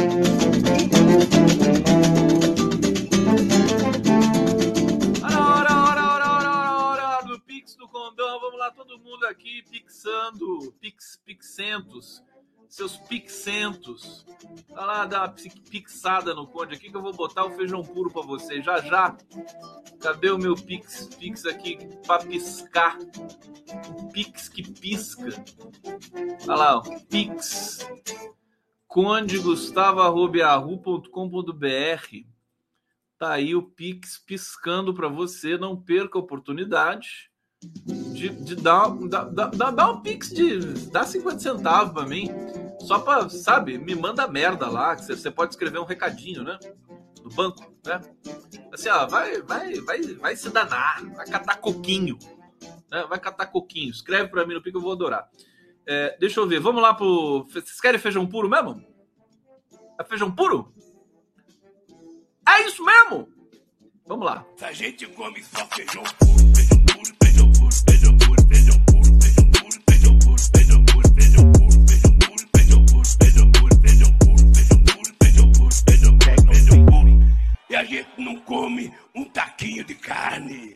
Ora, ora, ora, ora, ora, ora, do Pix do Condão. Vamos lá, todo mundo aqui pixando, pix, pixentos. Seus pixentos. Vai lá, dá uma pixada no Conde aqui que eu vou botar o feijão puro pra vocês. Já, já. Cadê o meu pix, pix aqui pra piscar? Pix que pisca. Olha lá, ó. Pix. conde gustavo arroba yahoo ponto com ponto b r. Tá aí o Pix piscando pra você. Não perca a oportunidade de, de dar, dar, dar, dar um Pix de dar cinquenta centavos pra mim. Só pra, sabe, me manda merda lá, que você pode escrever um recadinho, né? No banco, né? Assim, ó, vai, vai, vai, vai se danar, vai catar coquinho, né? Vai catar coquinho. Escreve pra mim no Pix que eu vou adorar. É, deixa eu ver, vamos lá pro... Vocês querem feijão puro mesmo? É feijão puro? É isso mesmo? Vamos lá. Se a gente come só feijão puro, feijão puro, feijão puro, feijão puro, feijão puro, feijão puro, feijão puro, feijão puro, feijão puro, feijão puro, feijão puro, feijão puro, feijão puro, feijão puro, feijão puro, feijão puro, feijão puro, e a gente não come um taquinho de carne.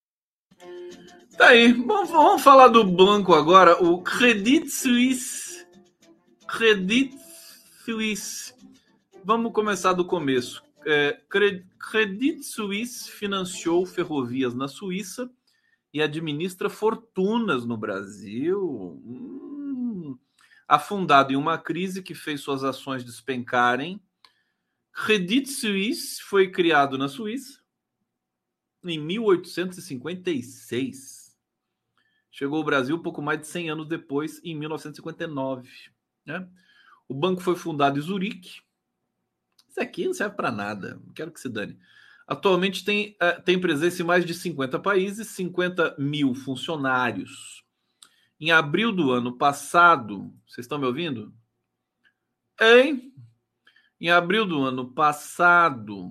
Tá aí, vamos, vamos falar do banco agora, o Credit Suisse. Credit Suisse. Vamos começar do começo. É, Credit Suisse financiou ferrovias na Suíça e administra fortunas no Brasil. Hum, afundado em uma crise que fez suas ações despencarem, Credit Suisse foi criado na Suíça em mil oitocentos e cinquenta e seis. Chegou ao Brasil pouco mais de cem anos depois, em mil novecentos e cinquenta e nove. Né? O banco foi fundado em Zurique. Isso aqui não serve para nada, não quero que se dane. Atualmente tem, uh, tem presença em mais de cinquenta países, cinquenta mil funcionários. Em abril do ano passado, vocês estão me ouvindo? Hein? Em abril do ano passado,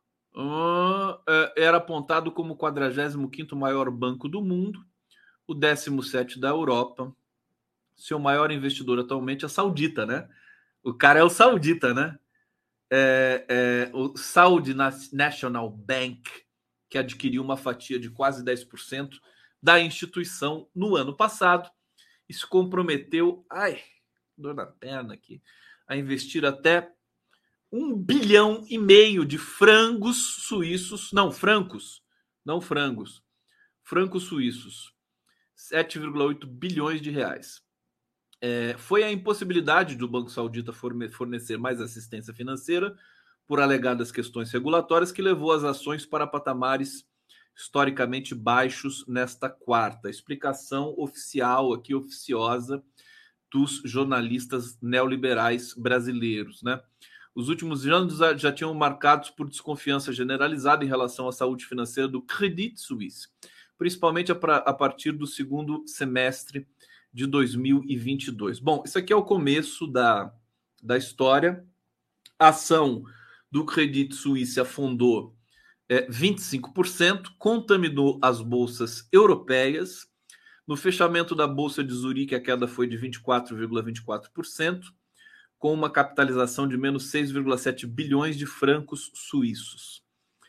uh, uh, era apontado como o quadragésimo quinto maior banco do mundo, o décimo sétimo da Europa. Seu maior investidor atualmente é saudita, né? O cara é o saudita, né? É, é, o Saudi National Bank, que adquiriu uma fatia de quase dez por cento da instituição no ano passado e se comprometeu, ai, dor na perna aqui, a investir até um bilhão e meio de frangos suíços, não, francos, não frangos, francos suíços, sete vírgula oito bilhões de reais. É, foi a impossibilidade do Banco Saudita fornecer mais assistência financeira por alegadas questões regulatórias que levou as ações para patamares historicamente baixos nesta quarta. Explicação oficial aqui, oficiosa, dos jornalistas neoliberais brasileiros, né? Os últimos anos já tinham marcados por desconfiança generalizada em relação à saúde financeira do Credit Suisse, principalmente a partir do segundo semestre de dois mil e vinte e dois. Bom, isso aqui é o começo da, da história. A ação do Credit Suisse afundou é, vinte e cinco por cento, contaminou as bolsas europeias. No fechamento da Bolsa de Zurique, a queda foi de vinte e quatro vírgula vinte e quatro por cento, com uma capitalização de menos seis vírgula sete bilhões de francos suíços.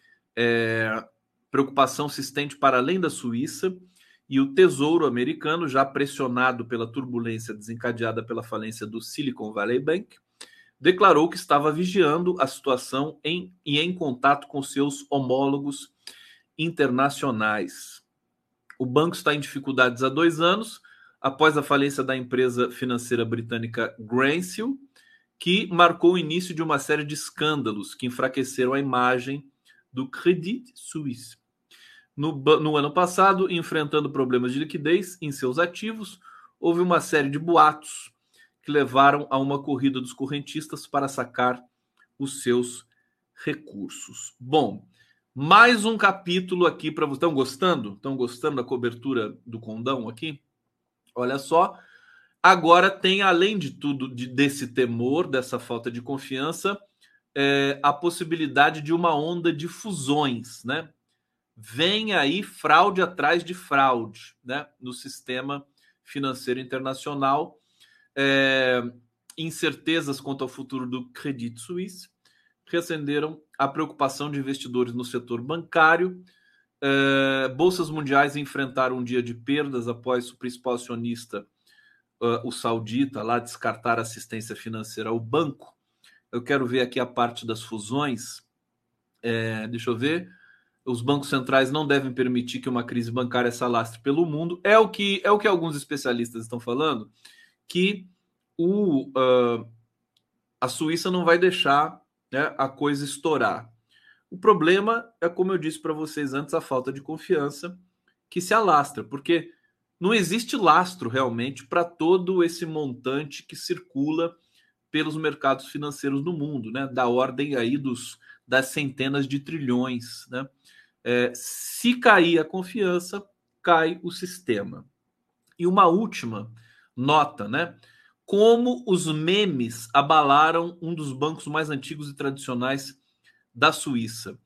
É, preocupação se estende para além da Suíça, e o Tesouro americano, já pressionado pela turbulência desencadeada pela falência do Silicon Valley Bank, declarou que estava vigiando a situação em, e em contato com seus homólogos internacionais. O banco está em dificuldades há dois anos, após a falência da empresa financeira britânica Greensill, que marcou o início de uma série de escândalos que enfraqueceram a imagem do Credit Suisse. No, no ano passado, enfrentando problemas de liquidez em seus ativos, houve uma série de boatos que levaram a uma corrida dos correntistas para sacar os seus recursos. Bom, mais um capítulo aqui para vocês. Estão gostando? Estão gostando da cobertura do Condão aqui? Olha só. Agora tem, além de tudo, de, desse temor, dessa falta de confiança, é, a possibilidade de uma onda de fusões, né? Vem aí fraude atrás de fraude, né, no sistema financeiro internacional. É, incertezas quanto ao futuro do Credit Suisse reacenderam a preocupação de investidores no setor bancário. É, bolsas mundiais enfrentaram um dia de perdas após o principal acionista, uh, o saudita, lá descartar assistência financeira ao banco. Eu quero ver aqui a parte das fusões. É, deixa eu ver. Os bancos centrais não devem permitir que uma crise bancária se alastre pelo mundo. É o que, é o que alguns especialistas estão falando, que o, uh, a Suíça não vai deixar, né, a coisa estourar. O problema é, como eu disse para vocês antes, a falta de confiança que se alastra, porque não existe lastro realmente para todo esse montante que circula pelos mercados financeiros no mundo, né, da ordem aí dos, das centenas de trilhões, né? É, se cair a confiança, cai o sistema. E uma última nota, né? Como os memes abalaram um dos bancos mais antigos e tradicionais da Suíça.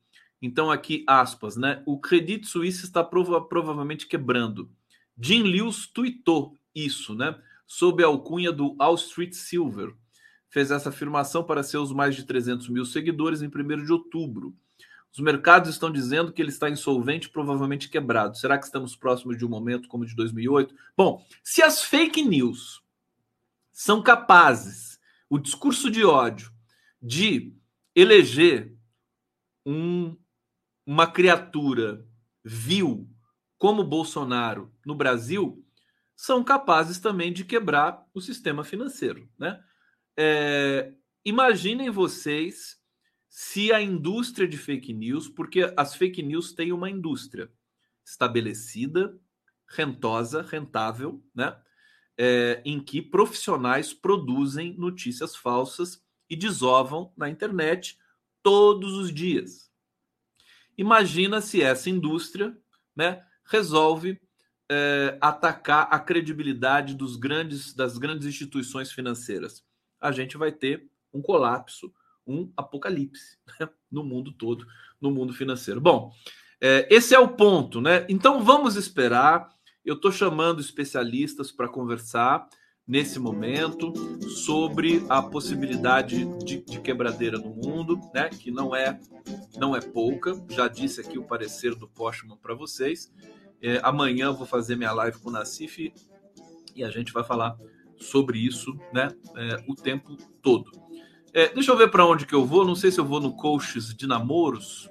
Então aqui, aspas, né? O Credit Suisse está prova- provavelmente quebrando. Jim Lewis tuitou isso, né? Sob a alcunha do Wall Street Silver. Fez essa afirmação para seus mais de trezentos mil seguidores em primeiro de outubro. Os mercados estão dizendo que ele está insolvente, provavelmente quebrado. Será que estamos próximos de um momento como o de dois mil e oito? Bom, se as fake news são capazes, o discurso de ódio, de eleger um, uma criatura vil como Bolsonaro no Brasil, são capazes também de quebrar o sistema financeiro, né? É, imaginem vocês se a indústria de fake news, porque as fake news têm uma indústria estabelecida, rentosa, rentável, né? É, em que profissionais produzem notícias falsas e desovam na internet todos os dias. Imagina se essa indústria, né, resolve é, atacar a credibilidade dos grandes, das grandes instituições financeiras. A gente vai ter um colapso, um apocalipse, né, no mundo todo, no mundo financeiro. Bom, é, esse é o ponto, né? Então vamos esperar. Eu estou chamando especialistas para conversar nesse momento sobre a possibilidade de, de quebradeira no mundo, né? Que não é, não é pouca. Já disse aqui o parecer do Postman para vocês. É, amanhã eu vou fazer minha live com o Nassif e a gente vai falar sobre isso, né? É, o tempo todo. É, deixa eu ver para onde que eu vou. Não sei se eu vou no Coaches de Namoros.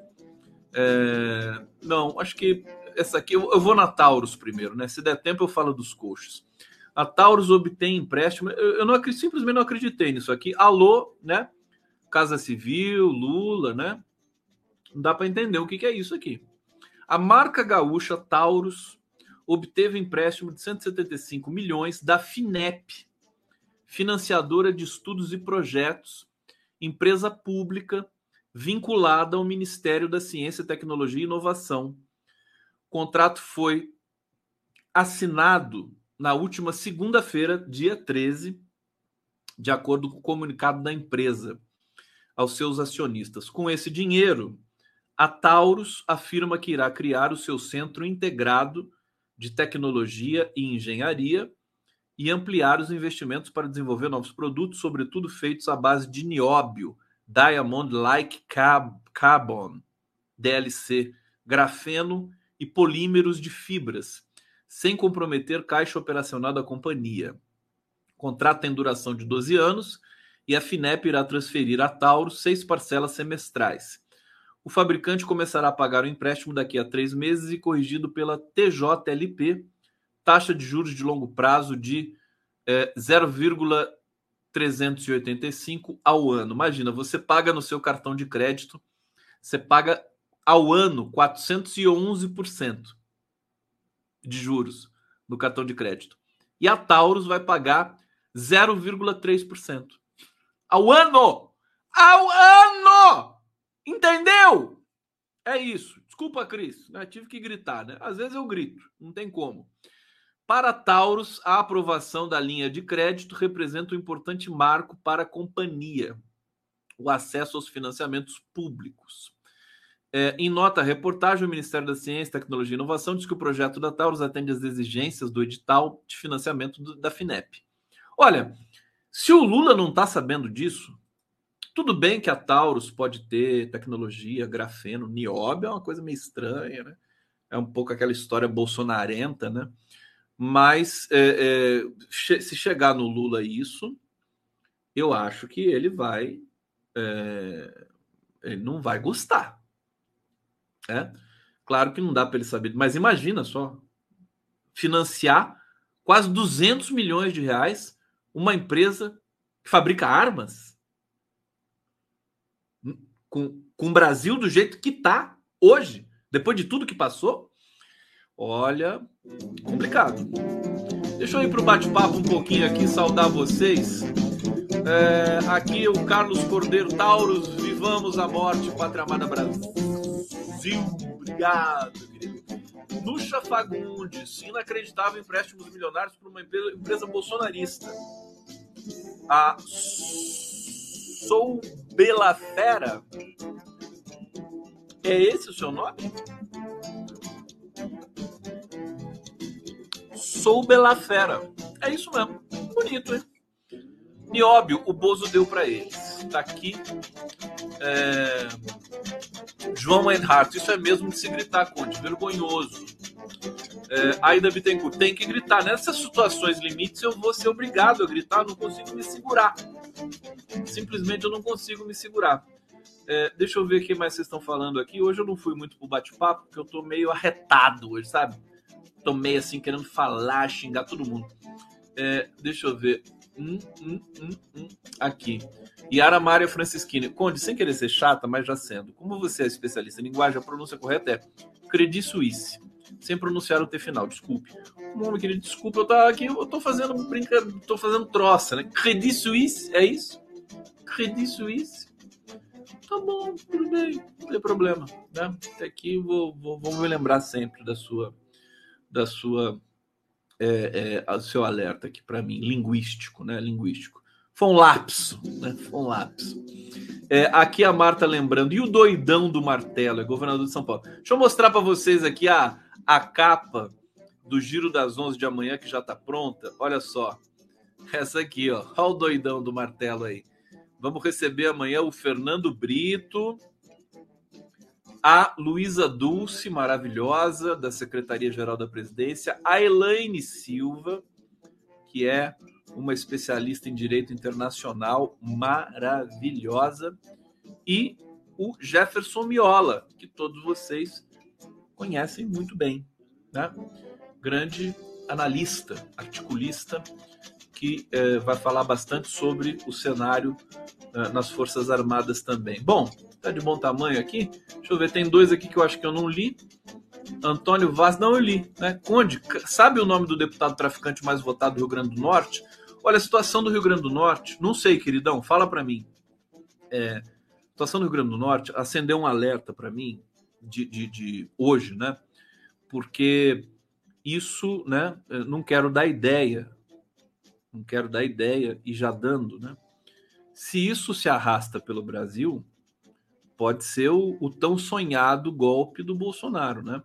É, não, acho que essa aqui eu, eu vou na Taurus primeiro, né? Se der tempo eu falo dos coaches. A Taurus obtém empréstimo. Eu, eu não acredito, simplesmente não acreditei nisso aqui. Alô, né? Casa Civil, Lula, né? Não dá para entender o que, que é isso aqui. A marca gaúcha Taurus obteve empréstimo de cento e setenta e cinco milhões da Finep, financiadora de estudos e projetos, empresa pública vinculada ao Ministério da Ciência, Tecnologia e Inovação. O contrato foi assinado na última segunda-feira, dia treze, de acordo com o comunicado da empresa aos seus acionistas. Com esse dinheiro, a Taurus afirma que irá criar o seu centro integrado de tecnologia e engenharia e ampliar os investimentos para desenvolver novos produtos, sobretudo feitos à base de nióbio, Diamond Like Carbon, D L C, grafeno e polímeros de fibras, sem comprometer caixa operacional da companhia. O contrato tem duração de doze anos e a Finep irá transferir a Taurus seis parcelas semestrais. O fabricante começará a pagar o empréstimo daqui a três meses e corrigido pela T J L P, taxa de juros de longo prazo de é, zero vírgula trezentos e oitenta e cinco ao ano. Imagina, você paga no seu cartão de crédito, você paga ao ano quatrocentos e onze por cento de juros no cartão de crédito. E a Taurus vai pagar zero vírgula três por cento ao ano! Ao ano! Entendeu? É isso. Desculpa, Cris, né? Tive que gritar, né? Às vezes eu grito, não tem como. Para a Taurus, a aprovação da linha de crédito representa um importante marco para a companhia, o acesso aos financiamentos públicos. É, em nota à reportagem, o Ministério da Ciência, Tecnologia e Inovação diz que o projeto da Taurus atende às exigências do edital de financiamento do, da Finep. Olha, se o Lula não está sabendo disso, tudo bem que a Taurus pode ter tecnologia, grafeno, nióbio, é uma coisa meio estranha, né? É um pouco aquela história bolsonarenta, né? Mas é, é, se chegar no Lula isso, eu acho que ele vai... É, ele não vai gostar. É? Claro que não dá para ele saber, mas imagina só, financiar quase duzentos milhões de reais uma empresa que fabrica armas com, com o Brasil do jeito que está hoje, depois de tudo que passou. Olha, complicado. Deixa eu ir para o bate-papo um pouquinho aqui, saudar vocês. É, aqui o Carlos Cordeiro, Taurus, vivamos a morte, Pátria Amada Brasil. Obrigado, querido. Nuxa Fagundes, inacreditável empréstimos milionários para uma empresa, empresa bolsonarista. A Sou Bela Fera É esse o seu nome? Sou Bela Fera. É isso mesmo. Bonito, hein? Nióbio, o Bozo deu para eles. Tá aqui. É... João Enhart, isso é mesmo de se gritar, Conde. Vergonhoso. É, Aida Bittencourt, tem que gritar. Nessas situações limites eu vou ser obrigado a gritar, eu não consigo me segurar. Simplesmente eu não consigo me segurar. É, deixa eu ver o que mais vocês estão falando aqui. Hoje eu não fui muito pro bate-papo, porque eu tô meio arretado hoje, sabe? Tô meio assim, querendo falar, xingar todo mundo. É, deixa eu ver. Hum, hum, hum, hum. Aqui. Yara Maria Francisquini. Conde, sem querer ser chata, mas já sendo. Como você é especialista em linguagem, a pronúncia correta é Credit Suisse. Sem pronunciar o T final, desculpe. Meu querido, desculpa, eu tô aqui, eu tô fazendo brinca, tô fazendo troça, né? Credit Suisse, é isso? Credit Suisse. Tá bom, tudo bem, não tem problema, né? Até aqui vou, vou, vou me lembrar sempre da sua, da sua, é, é, do seu alerta aqui para mim, linguístico, né? Linguístico. Foi um lapso, né? Foi um lapso. É, aqui a Marta lembrando, e o doidão do martelo, é governador de São Paulo. Deixa eu mostrar para vocês aqui a, a capa do Giro das onze de amanhã, que já está pronta. Olha só, essa aqui, ó. Olha o doidão do martelo aí. Vamos receber amanhã o Fernando Brito, a Luísa Dulce, maravilhosa, da Secretaria-Geral da Presidência, a Elaine Silva, que é uma especialista em direito internacional maravilhosa, e o Jefferson Miola, que todos vocês conhecem muito bem, né? Grande analista, articulista, que eh, vai falar bastante sobre o cenário eh, nas Forças Armadas também. Bom, tá de bom tamanho aqui. Deixa eu ver, tem dois aqui que eu acho que eu não li. Antônio Vaz, não, eu li, né? Conde, sabe o nome do deputado traficante mais votado do Rio Grande do Norte? Olha, a situação do Rio Grande do Norte, não sei, queridão, fala para mim. É, a situação do Rio Grande do Norte acendeu um alerta para mim de, de, de hoje, né? Porque isso, né? Eu não quero dar ideia, não quero dar ideia e já dando, né? Se isso se arrasta pelo Brasil, pode ser o, o tão sonhado golpe do Bolsonaro, né?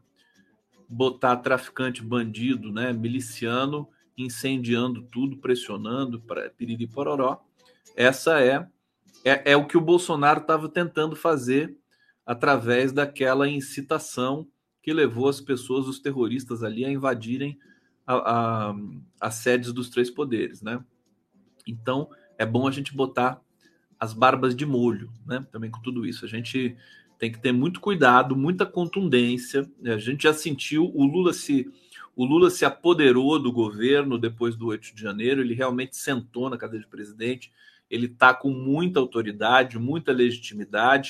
Botar traficante, bandido, né? Miliciano, incendiando tudo, pressionando, para piriri pororó. Essa é, é, é o que o Bolsonaro estava tentando fazer através daquela incitação que levou as pessoas, os terroristas ali, a invadirem a, a, as sedes dos três poderes, né? Então, é bom a gente botar as barbas de molho, né? Também com tudo isso. A gente tem que ter muito cuidado, muita contundência. A gente já sentiu, o Lula se... O Lula se apoderou do governo depois do oito de janeiro, ele realmente sentou na cadeira de presidente, ele está com muita autoridade, muita legitimidade.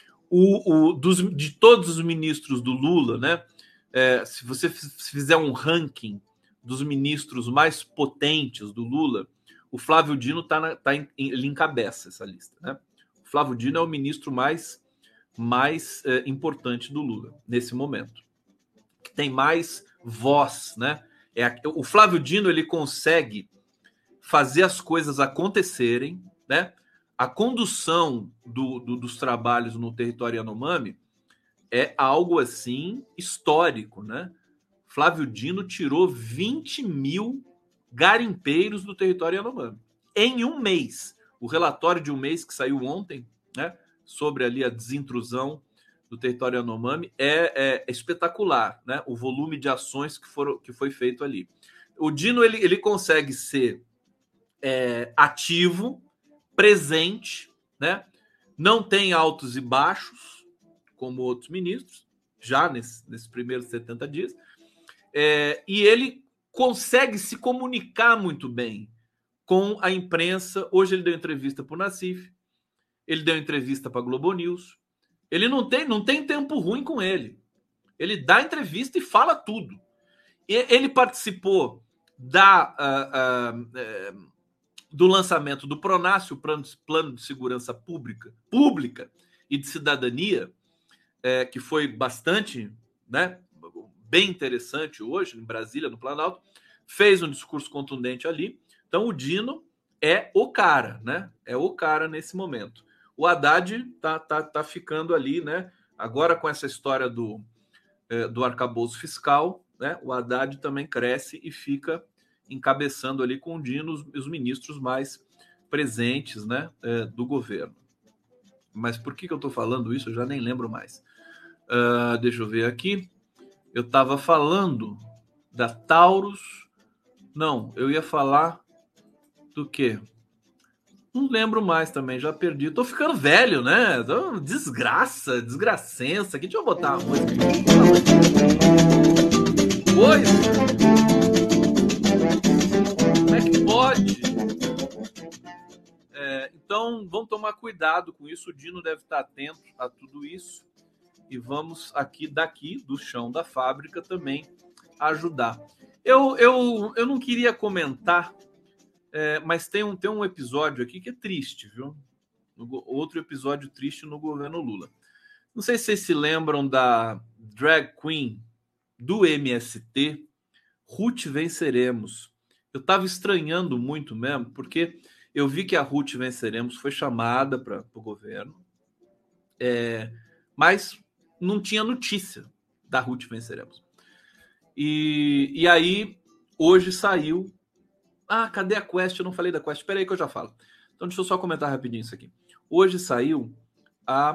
O, o, dos, de todos os ministros do Lula, né? É, se você fizer um ranking dos ministros mais potentes do Lula, o Flávio Dino tá, tá em, ele encabeça essa lista, né? O Flávio Dino é o ministro mais, mais é, importante do Lula nesse momento, que tem mais voz, né? É, o Flávio Dino, ele consegue fazer as coisas acontecerem, né? A condução do, do, dos trabalhos no território Yanomami é algo assim histórico, né? Flávio Dino tirou vinte mil garimpeiros do território Yanomami em um mês. O relatório de um mês que saiu ontem, né? Sobre ali a desintrusão do território Yanomami é, é espetacular, né? O volume de ações que, foram, que foi feito ali. O Dino ele, ele consegue ser é, ativo, presente, né? Não tem altos e baixos, como outros ministros, já nesse, nesses primeiros setenta dias, é, e ele consegue se comunicar muito bem com a imprensa. Hoje ele deu entrevista para o Nassif, ele deu entrevista para a Globo News. Ele não tem, não tem tempo ruim com ele. Ele dá entrevista e fala tudo. E ele participou da, uh, uh, uh, do lançamento do Pronace, o plano, plano de segurança pública, pública e de cidadania, uh, que foi bastante, né, bem interessante hoje, em Brasília, no Planalto. Fez um discurso contundente ali. Então, o Dino é o cara, né? É o cara nesse momento. O Haddad tá, tá, tá ficando ali, né? Agora, com essa história do, é, do arcabouço fiscal, né, o Haddad também cresce e fica encabeçando ali com o Dino os, os ministros mais presentes, né, é, do governo. Mas por que, que eu estou falando isso? Eu já nem lembro mais. Uh, deixa eu ver aqui. Eu estava falando da Taurus. Não, eu ia falar do quê? Não lembro mais também, já perdi. Tô ficando velho, né? Tô... Desgraça, desgracença. Aqui, deixa eu botar uma música. Pois. Como é que pode? É, então, vamos tomar cuidado com isso. O Dino deve estar atento a tudo isso. E vamos aqui, daqui, do chão da fábrica, também ajudar. Eu, eu, eu não queria comentar, é, mas tem um, tem um episódio aqui que é triste, viu? Outro episódio triste no governo Lula. Não sei se vocês se lembram da drag queen do M S T, Ruth Venceremos. Eu estava estranhando muito mesmo, porque eu vi que a Ruth Venceremos foi chamada para o governo, é, mas não tinha notícia da Ruth Venceremos. E, e aí, hoje saiu... Ah, cadê a Quest? Eu não falei da Quest. Espera aí que eu já falo. Então, deixa eu só comentar rapidinho isso aqui. Hoje saiu a,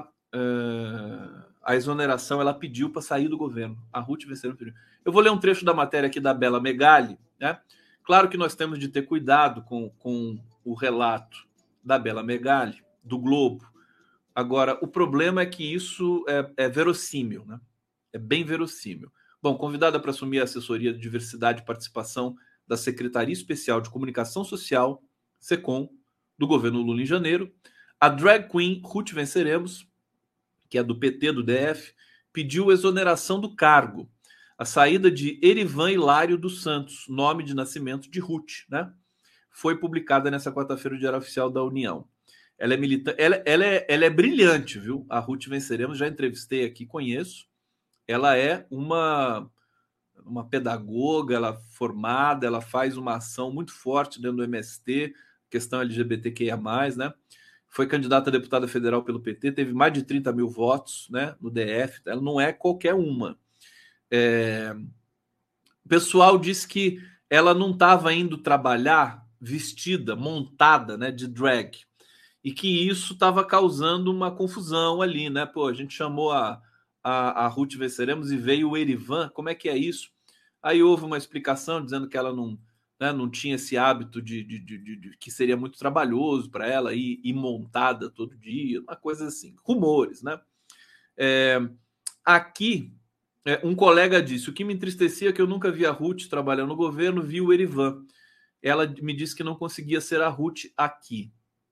uh, a exoneração. Ela pediu para sair do governo. A Ruth Venceremos pediu. Eu vou ler um trecho da matéria aqui da Bela Megali, né? Claro que nós temos de ter cuidado com, com o relato da Bela Megali, do Globo. Agora, o problema é que isso é, é verossímil, né? É bem verossímil. Bom, convidada para assumir a assessoria de diversidade e participação da Secretaria Especial de Comunicação Social, SECOM, do governo Lula em janeiro, a drag queen Ruth Venceremos, que é do P T do D F, pediu exoneração do cargo, a saída de Erivan Hilário dos Santos, nome de nascimento de Ruth, né? Foi publicada nessa quarta-feira no Diário Oficial da União. Ela é militante, ela, ela, é, ela é brilhante, viu? A Ruth Venceremos, já entrevistei aqui, conheço. Ela é uma, uma pedagoga, ela é formada, ela faz uma ação muito forte dentro do M S T, questão L G B T Q I A mais, né? Foi candidata a deputada federal pelo P T, teve mais de trinta mil votos, né, no D F. Ela não é qualquer uma. É... O pessoal disse que ela não estava indo trabalhar vestida, montada, né, de drag, e que isso estava causando uma confusão ali, né? Pô, a gente chamou a A, a Ruth Venceremos e veio o Erivan, como é que é isso? Aí houve uma explicação dizendo que ela não, né, não tinha esse hábito de, de, de, de, de que seria muito trabalhoso para ela ir, ir montada todo dia, uma coisa assim, rumores, né? É, aqui, é, um colega disse, o que me entristecia é que eu nunca vi a Ruth trabalhando no governo, vi o Erivan. Ela me disse que não conseguia ser a Ruth aqui.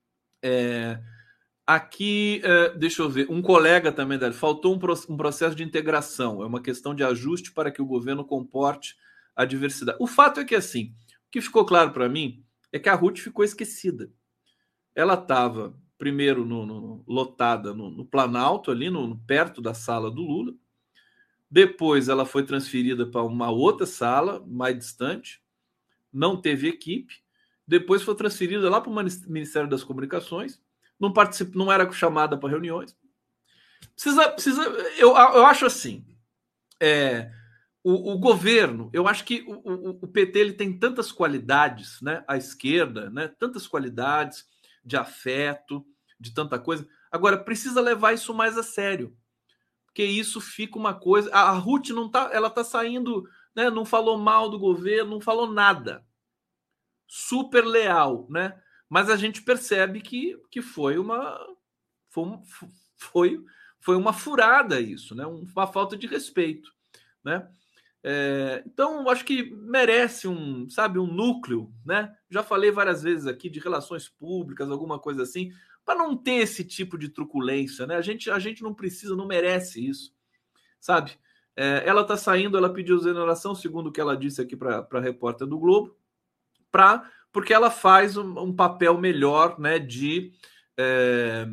É... Aqui, deixa eu ver, um colega também dele, faltou um processo de integração, é uma questão de ajuste para que o governo comporte a diversidade. O fato é que, assim, o que ficou claro para mim é que a Ruth ficou esquecida. Ela estava, primeiro, no, no, lotada no, no Planalto, ali, no, perto da sala do Lula, depois ela foi transferida para uma outra sala, mais distante, não teve equipe, depois foi transferida lá para o Ministério das Comunicações, não participa, não era chamada para reuniões. Precisa, precisa. Eu, eu acho assim. É, o, o governo, eu acho que o, o, o P T ele tem tantas qualidades, né? A esquerda, né? Tantas qualidades de afeto, de tanta coisa. Agora precisa levar isso mais a sério, porque isso fica uma coisa. A, a Ruth não tá, ela tá saindo, né? Não falou mal do governo, não falou nada. Super leal, né? Mas a gente percebe que, que foi, uma, foi, foi, foi uma furada isso, né? Uma falta de respeito, né? É, então, acho que merece um, sabe, um núcleo, né? Já falei várias vezes aqui de relações públicas, alguma coisa assim, para não ter esse tipo de truculência, né? A gente, a gente não precisa, não merece isso, sabe? É, ela está saindo, ela pediu exoneração, segundo o que ela disse aqui para a repórter do Globo, para... porque ela faz um, um papel melhor, né, de, é,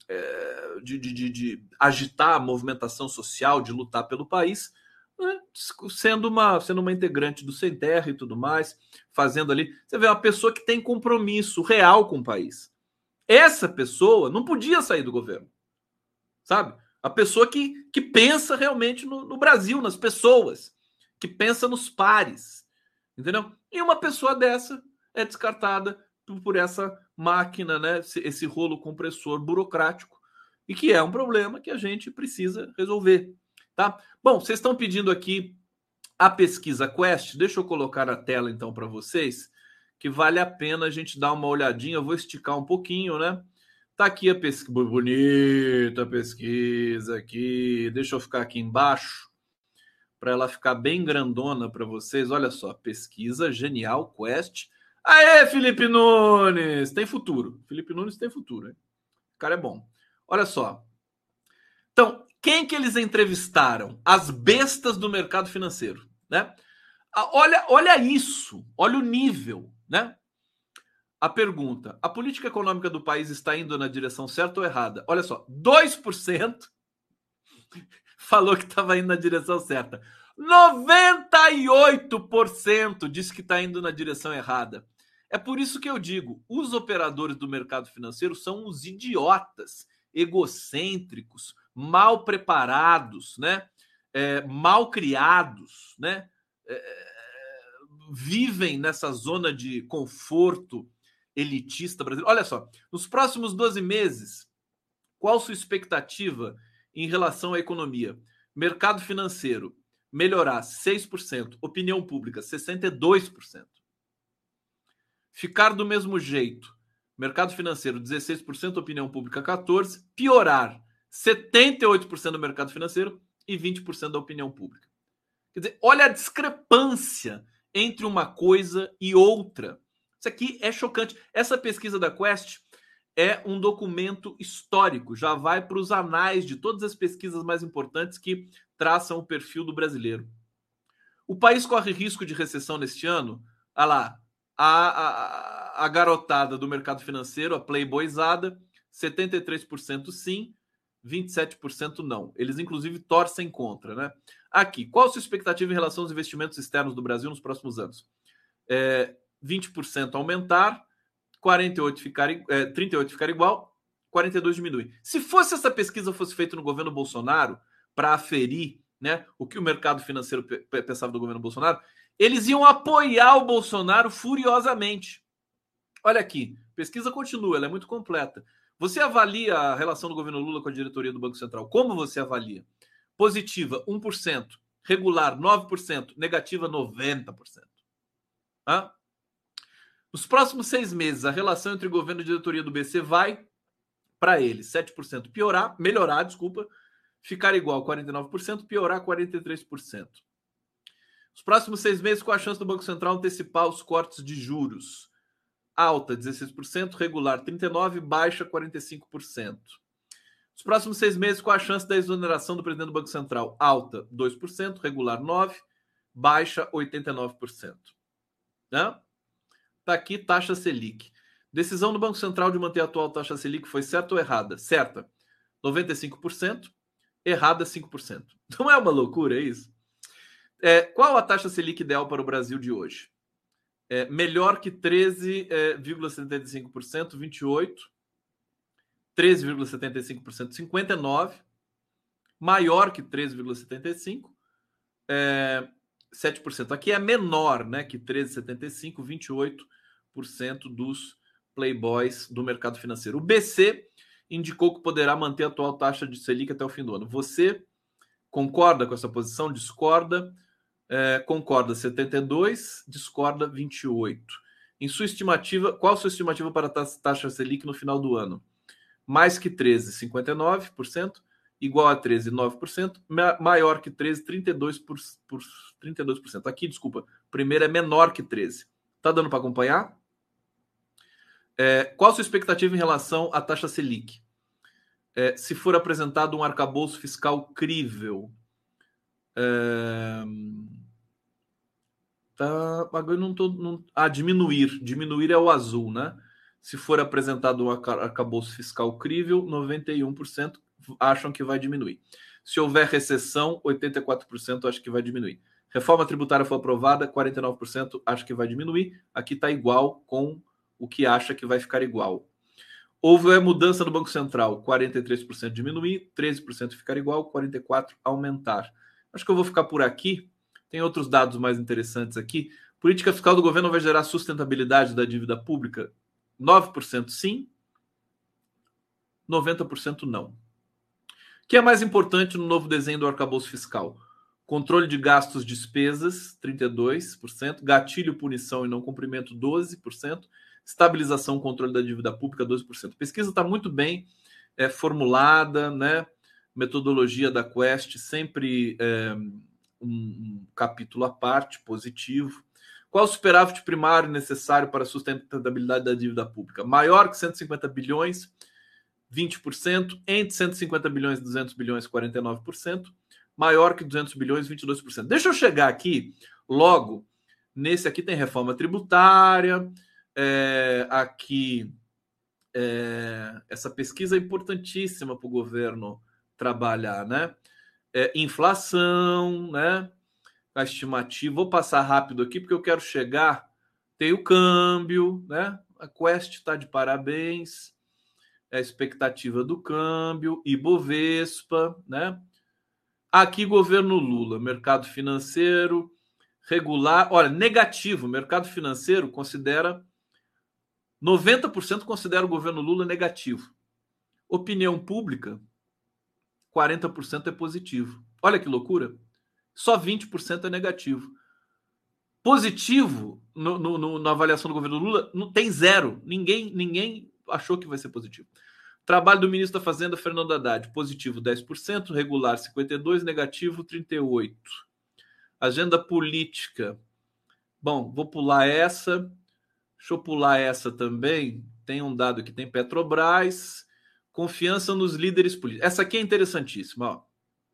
é, de, de, de agitar a movimentação social, de lutar pelo país, né, sendo, uma, sendo uma integrante do Sem Terra e tudo mais, fazendo ali... Você vê, uma pessoa que tem compromisso real com o país. Essa pessoa não podia sair do governo, sabe? A pessoa que, que pensa realmente no, no Brasil, nas pessoas, que pensa nos pares, entendeu? E uma pessoa dessa é descartada por, por essa máquina, né? Esse, esse rolo compressor burocrático, e que é um problema que a gente precisa resolver, tá? Bom, vocês estão pedindo aqui a pesquisa Quest, deixa eu colocar a tela então para vocês, que vale a pena a gente dar uma olhadinha. Eu vou esticar um pouquinho, né? Tá aqui a pesquisa, bonita a pesquisa aqui. Deixa eu ficar aqui embaixo para ela ficar bem grandona para vocês. Olha só, pesquisa genial Quest. Aê, Felipe Nunes, tem futuro. Felipe Nunes tem futuro, hein? O cara é bom. Olha só. Então, quem que eles entrevistaram? As bestas do mercado financeiro, né? Olha, olha isso, olha o nível, né? A pergunta: a política econômica do país está indo na direção certa ou errada? Olha só, dois por cento falou que estava indo na direção certa. noventa e oito por cento disse que está indo na direção errada. É por isso que eu digo, os operadores do mercado financeiro são os idiotas, egocêntricos, mal preparados, né? É, mal criados, né? É, vivem nessa zona de conforto elitista brasileiro. Olha só, nos próximos doze meses, qual sua expectativa em relação à economia? Mercado financeiro, melhorar seis por cento. Opinião pública, sessenta e dois por cento. Ficar do mesmo jeito. Mercado financeiro, dezesseis por cento. Opinião pública, quatorze por cento. Piorar, setenta e oito por cento do mercado financeiro e vinte por cento da opinião pública. Quer dizer, olha a discrepância entre uma coisa e outra. Isso aqui é chocante. Essa pesquisa da Quest é um documento histórico, já vai para os anais de todas as pesquisas mais importantes que traçam o perfil do brasileiro. O país corre risco de recessão neste ano? Olha lá, a, a, a garotada do mercado financeiro, a playboyzada, setenta e três por cento sim, vinte e sete por cento não. Eles, inclusive, torcem contra, né? Aqui, qual a sua expectativa em relação aos investimentos externos do Brasil nos próximos anos? É, vinte por cento aumentar, quarenta e oito por cento ficar, é, trinta e oito por cento ficar igual, quarenta e dois por cento diminui. Se fosse essa pesquisa fosse feita no governo Bolsonaro, para aferir, né, o que o mercado financeiro pensava do governo Bolsonaro, eles iam apoiar o Bolsonaro furiosamente. Olha aqui, pesquisa continua, ela é muito completa. Você avalia a relação do governo Lula com a diretoria do Banco Central? Como você avalia? Positiva, um por cento. Regular, nove por cento. Negativa, noventa por cento. Hã? Nos próximos seis meses, a relação entre o governo e a diretoria do B C vai, para eles, sete por cento piorar, melhorar, desculpa, ficar igual, quarenta e nove por cento, piorar, quarenta e três por cento. Os próximos seis meses, qual a chance do Banco Central antecipar os cortes de juros? Alta, dezesseis por cento, regular, trinta e nove por cento, baixa, quarenta e cinco por cento. Os próximos seis meses, qual a chance da exoneração do presidente do Banco Central? Alta, dois por cento, regular, nove por cento, baixa, oitenta e nove por cento. Né? Tá aqui, taxa Selic. Decisão do Banco Central de manter a atual taxa Selic foi certa ou errada? Certa, noventa e cinco por cento, errada, cinco por cento. Não é uma loucura isso? É, qual a taxa Selic ideal para o Brasil de hoje? É, melhor que treze vírgula setenta e cinco por cento, vinte e oito por cento. treze vírgula setenta e cinco por cento, cinquenta e nove por cento. Maior que treze vírgula setenta e cinco por cento, é, sete por cento. Aqui é menor, né, que treze vírgula setenta e cinco por cento, vinte e oito por cento dos playboys do mercado financeiro. O B C indicou que poderá manter a atual taxa de Selic até o fim do ano. Você concorda com essa posição? Discorda? É, concorda setenta e dois, discorda vinte e oito. Em sua estimativa, qual a sua estimativa para a taxa Selic no final do ano? Mais que treze, cinquenta e nove por cento. Igual a treze, nove por cento. Maior que treze, trinta e dois por cento. Por, trinta e dois por cento. Aqui, desculpa, primeiro é menor que treze. Tá dando para acompanhar? É, qual a sua expectativa em relação à taxa Selic? É, se for apresentado um arcabouço fiscal crível, é, tá, agora eu não tô, não, ah, diminuir, diminuir é o azul, né? Se for apresentado um arcabouço fiscal crível, noventa e um por cento acham que vai diminuir. Se houver recessão, oitenta e quatro por cento acham que vai diminuir. Reforma tributária foi aprovada, quarenta e nove por cento acham que vai diminuir. Aqui está igual com o que acha que vai ficar igual. Houve a mudança no Banco Central, quarenta e três por cento diminuir, treze por cento ficar igual, quarenta e quatro por cento aumentar. Acho que eu vou ficar por aqui. Tem outros dados mais interessantes aqui. Política fiscal do governo vai gerar sustentabilidade da dívida pública? nove por cento sim, noventa por cento não. O que é mais importante no novo desenho do arcabouço fiscal? Controle de gastos, despesas, trinta e dois por cento. Gatilho, punição e não cumprimento, doze por cento. Estabilização, controle da dívida pública, doze por cento. A pesquisa está muito bem é, formulada, né? Metodologia da Quest, sempre é, um, um capítulo à parte, positivo. Qual o superávit primário necessário para a sustentabilidade da dívida pública? Maior que cento e cinquenta bilhões, vinte por cento. Entre cento e cinquenta bilhões e duzentos bilhões, quarenta e nove por cento. Maior que duzentos bilhões, vinte e dois por cento. Deixa eu chegar aqui, logo, nesse aqui tem reforma tributária, é, aqui é, essa pesquisa é importantíssima para o governo trabalhar, né? É, inflação, né? A estimativa, vou passar rápido aqui porque eu quero chegar, tem o câmbio, né? A Quest está de parabéns, a expectativa do câmbio, Ibovespa, né? Aqui governo Lula, mercado financeiro regular, olha, negativo, mercado financeiro considera, noventa por cento considera o governo Lula negativo. Opinião pública, quarenta por cento é positivo. Olha que loucura. Só vinte por cento é negativo. Positivo, no, no, na avaliação do governo Lula, não tem zero. Ninguém, ninguém achou que vai ser positivo. Trabalho do ministro da Fazenda, Fernando Haddad, positivo dez por cento, regular cinquenta e dois por cento, negativo trinta e oito por cento. Agenda política. Bom, vou pular essa. Deixa eu pular essa também. Tem um dado aqui, tem Petrobras. Confiança nos líderes políticos. Essa aqui é interessantíssima, ó.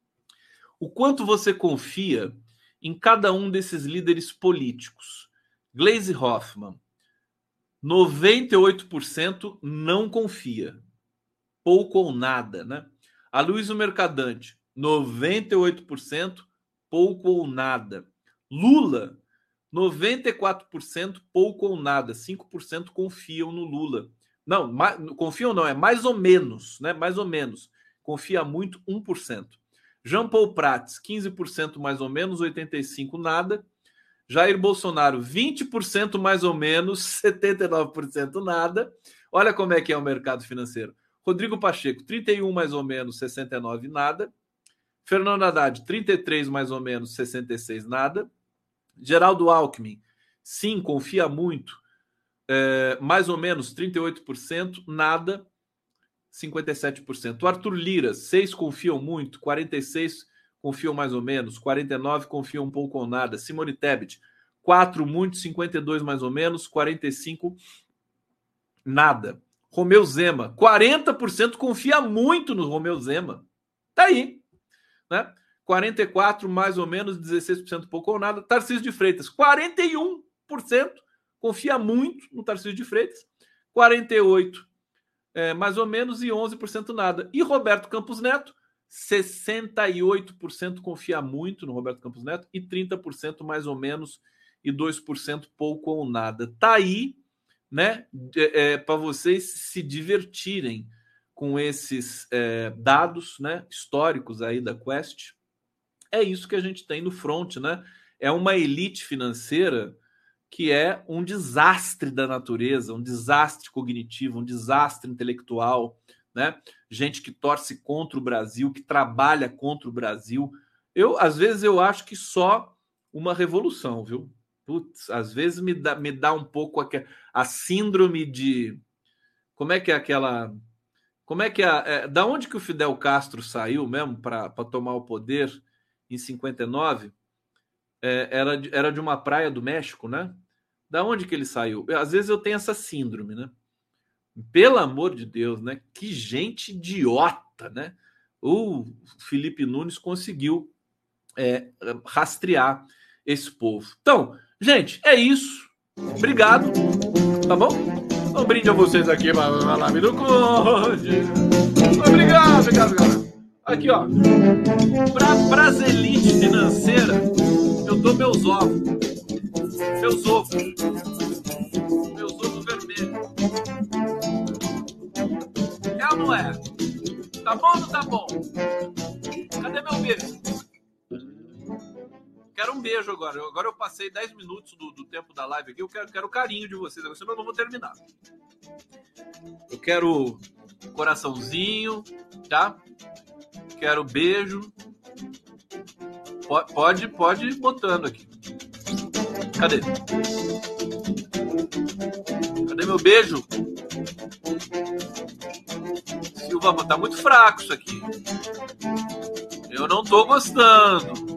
O quanto você confia em cada um desses líderes políticos. Gleisi Hoffmann, noventa e oito por cento não confia. Pouco ou nada, né? Aloysio Mercadante, noventa e oito por cento, pouco ou nada. Lula, noventa e quatro por cento, pouco ou nada. cinco por cento confiam no Lula. Não, mais, confiam não, é mais ou menos, né? Mais ou menos. Confia muito, um por cento. Jean Paul Prats, quinze por cento mais ou menos, oitenta e cinco por cento nada. Jair Bolsonaro, vinte por cento mais ou menos, setenta e nove por cento nada. Olha como é que é o mercado financeiro. Rodrigo Pacheco, trinta e um mais ou menos, sessenta e nove nada. Fernando Haddad, trinta e três mais ou menos, sessenta e seis nada. Geraldo Alckmin, sim, confia muito, é, mais ou menos trinta e oito por cento, nada, cinquenta e sete por cento. Arthur Lira, seis confiam muito, quarenta e seis confiam mais ou menos, quarenta e nove confiam um pouco ou nada. Simone Tebet, quatro muito, cinquenta e dois mais ou menos, quarenta e cinco nada. Romeu Zema, quarenta por cento confia muito no Romeu Zema. Tá aí, né? quarenta e quatro mais ou menos, dezesseis por cento pouco ou nada. Tarcísio de Freitas, quarenta e um por cento confia muito no Tarcísio de Freitas, quarenta e oito por cento é, mais ou menos e onze por cento nada. E Roberto Campos Neto, sessenta e oito por cento confia muito no Roberto Campos Neto e trinta por cento mais ou menos e dois por cento pouco ou nada. Tá aí, né, é, é, para vocês se divertirem com esses é, dados, né, históricos aí da Quest. É isso que a gente tem no front, né? É uma elite financeira que é um desastre da natureza, um desastre cognitivo, um desastre intelectual, né? Gente que torce contra o Brasil, que trabalha contra o Brasil. Eu, às vezes, eu acho que só uma revolução, viu? Putz, às vezes me dá, me dá um pouco a, a síndrome de... Como é que é aquela... Como é que é, é... Da onde que o Fidel Castro saiu mesmo para tomar o poder em cinquenta e nove? É, era, de, era de uma praia do México, né? Da onde que ele saiu? Às vezes eu tenho essa síndrome, né? Pelo amor de Deus, né? Que gente idiota, né? O Felipe Nunes conseguiu é, rastrear esse povo. Então, gente, é isso. Obrigado. Tá bom? Um brinde a vocês aqui na live do Conde. Obrigado, obrigado, obrigado. Aqui, ó. Para as elites financeiras, eu dou meus ovos. Meus ovos. Meus ovos vermelhos. não é? Tá bom ou não tá bom? Cadê meu beijo? Quero um beijo agora. Agora eu passei dez minutos do, do tempo da live aqui. Eu quero, quero o carinho de vocês, senão eu não vou terminar. Eu quero coraçãozinho, tá? Quero beijo. Pode, pode ir botando aqui. Cadê? Cadê meu beijo? Silva, tá muito fraco isso aqui. Eu não tô gostando.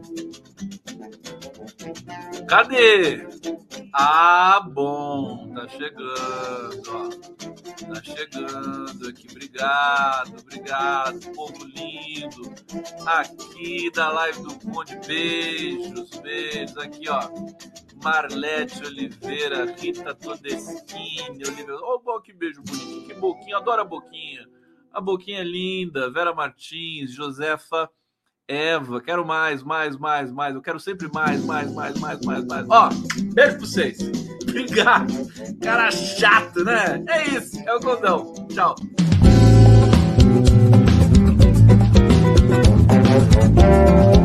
Cadê? Ah, bom. Tá chegando, ó. Tá chegando aqui. Obrigado, obrigado, povo lindo. Aqui da live do Conde. Beijos, beijos. Aqui, ó. Marlete Oliveira, Rita Todeschini, Oliveira. Oh, que beijo bonito. Que boquinha. Adoro a boquinha. A boquinha é linda. Vera Martins, Josefa Eva. Quero mais, mais, mais, mais. Eu quero sempre mais, mais, mais, mais, mais, mais. Ó, beijo pra vocês. Obrigado. Cara chato, né? É isso. É o Condão. Tchau.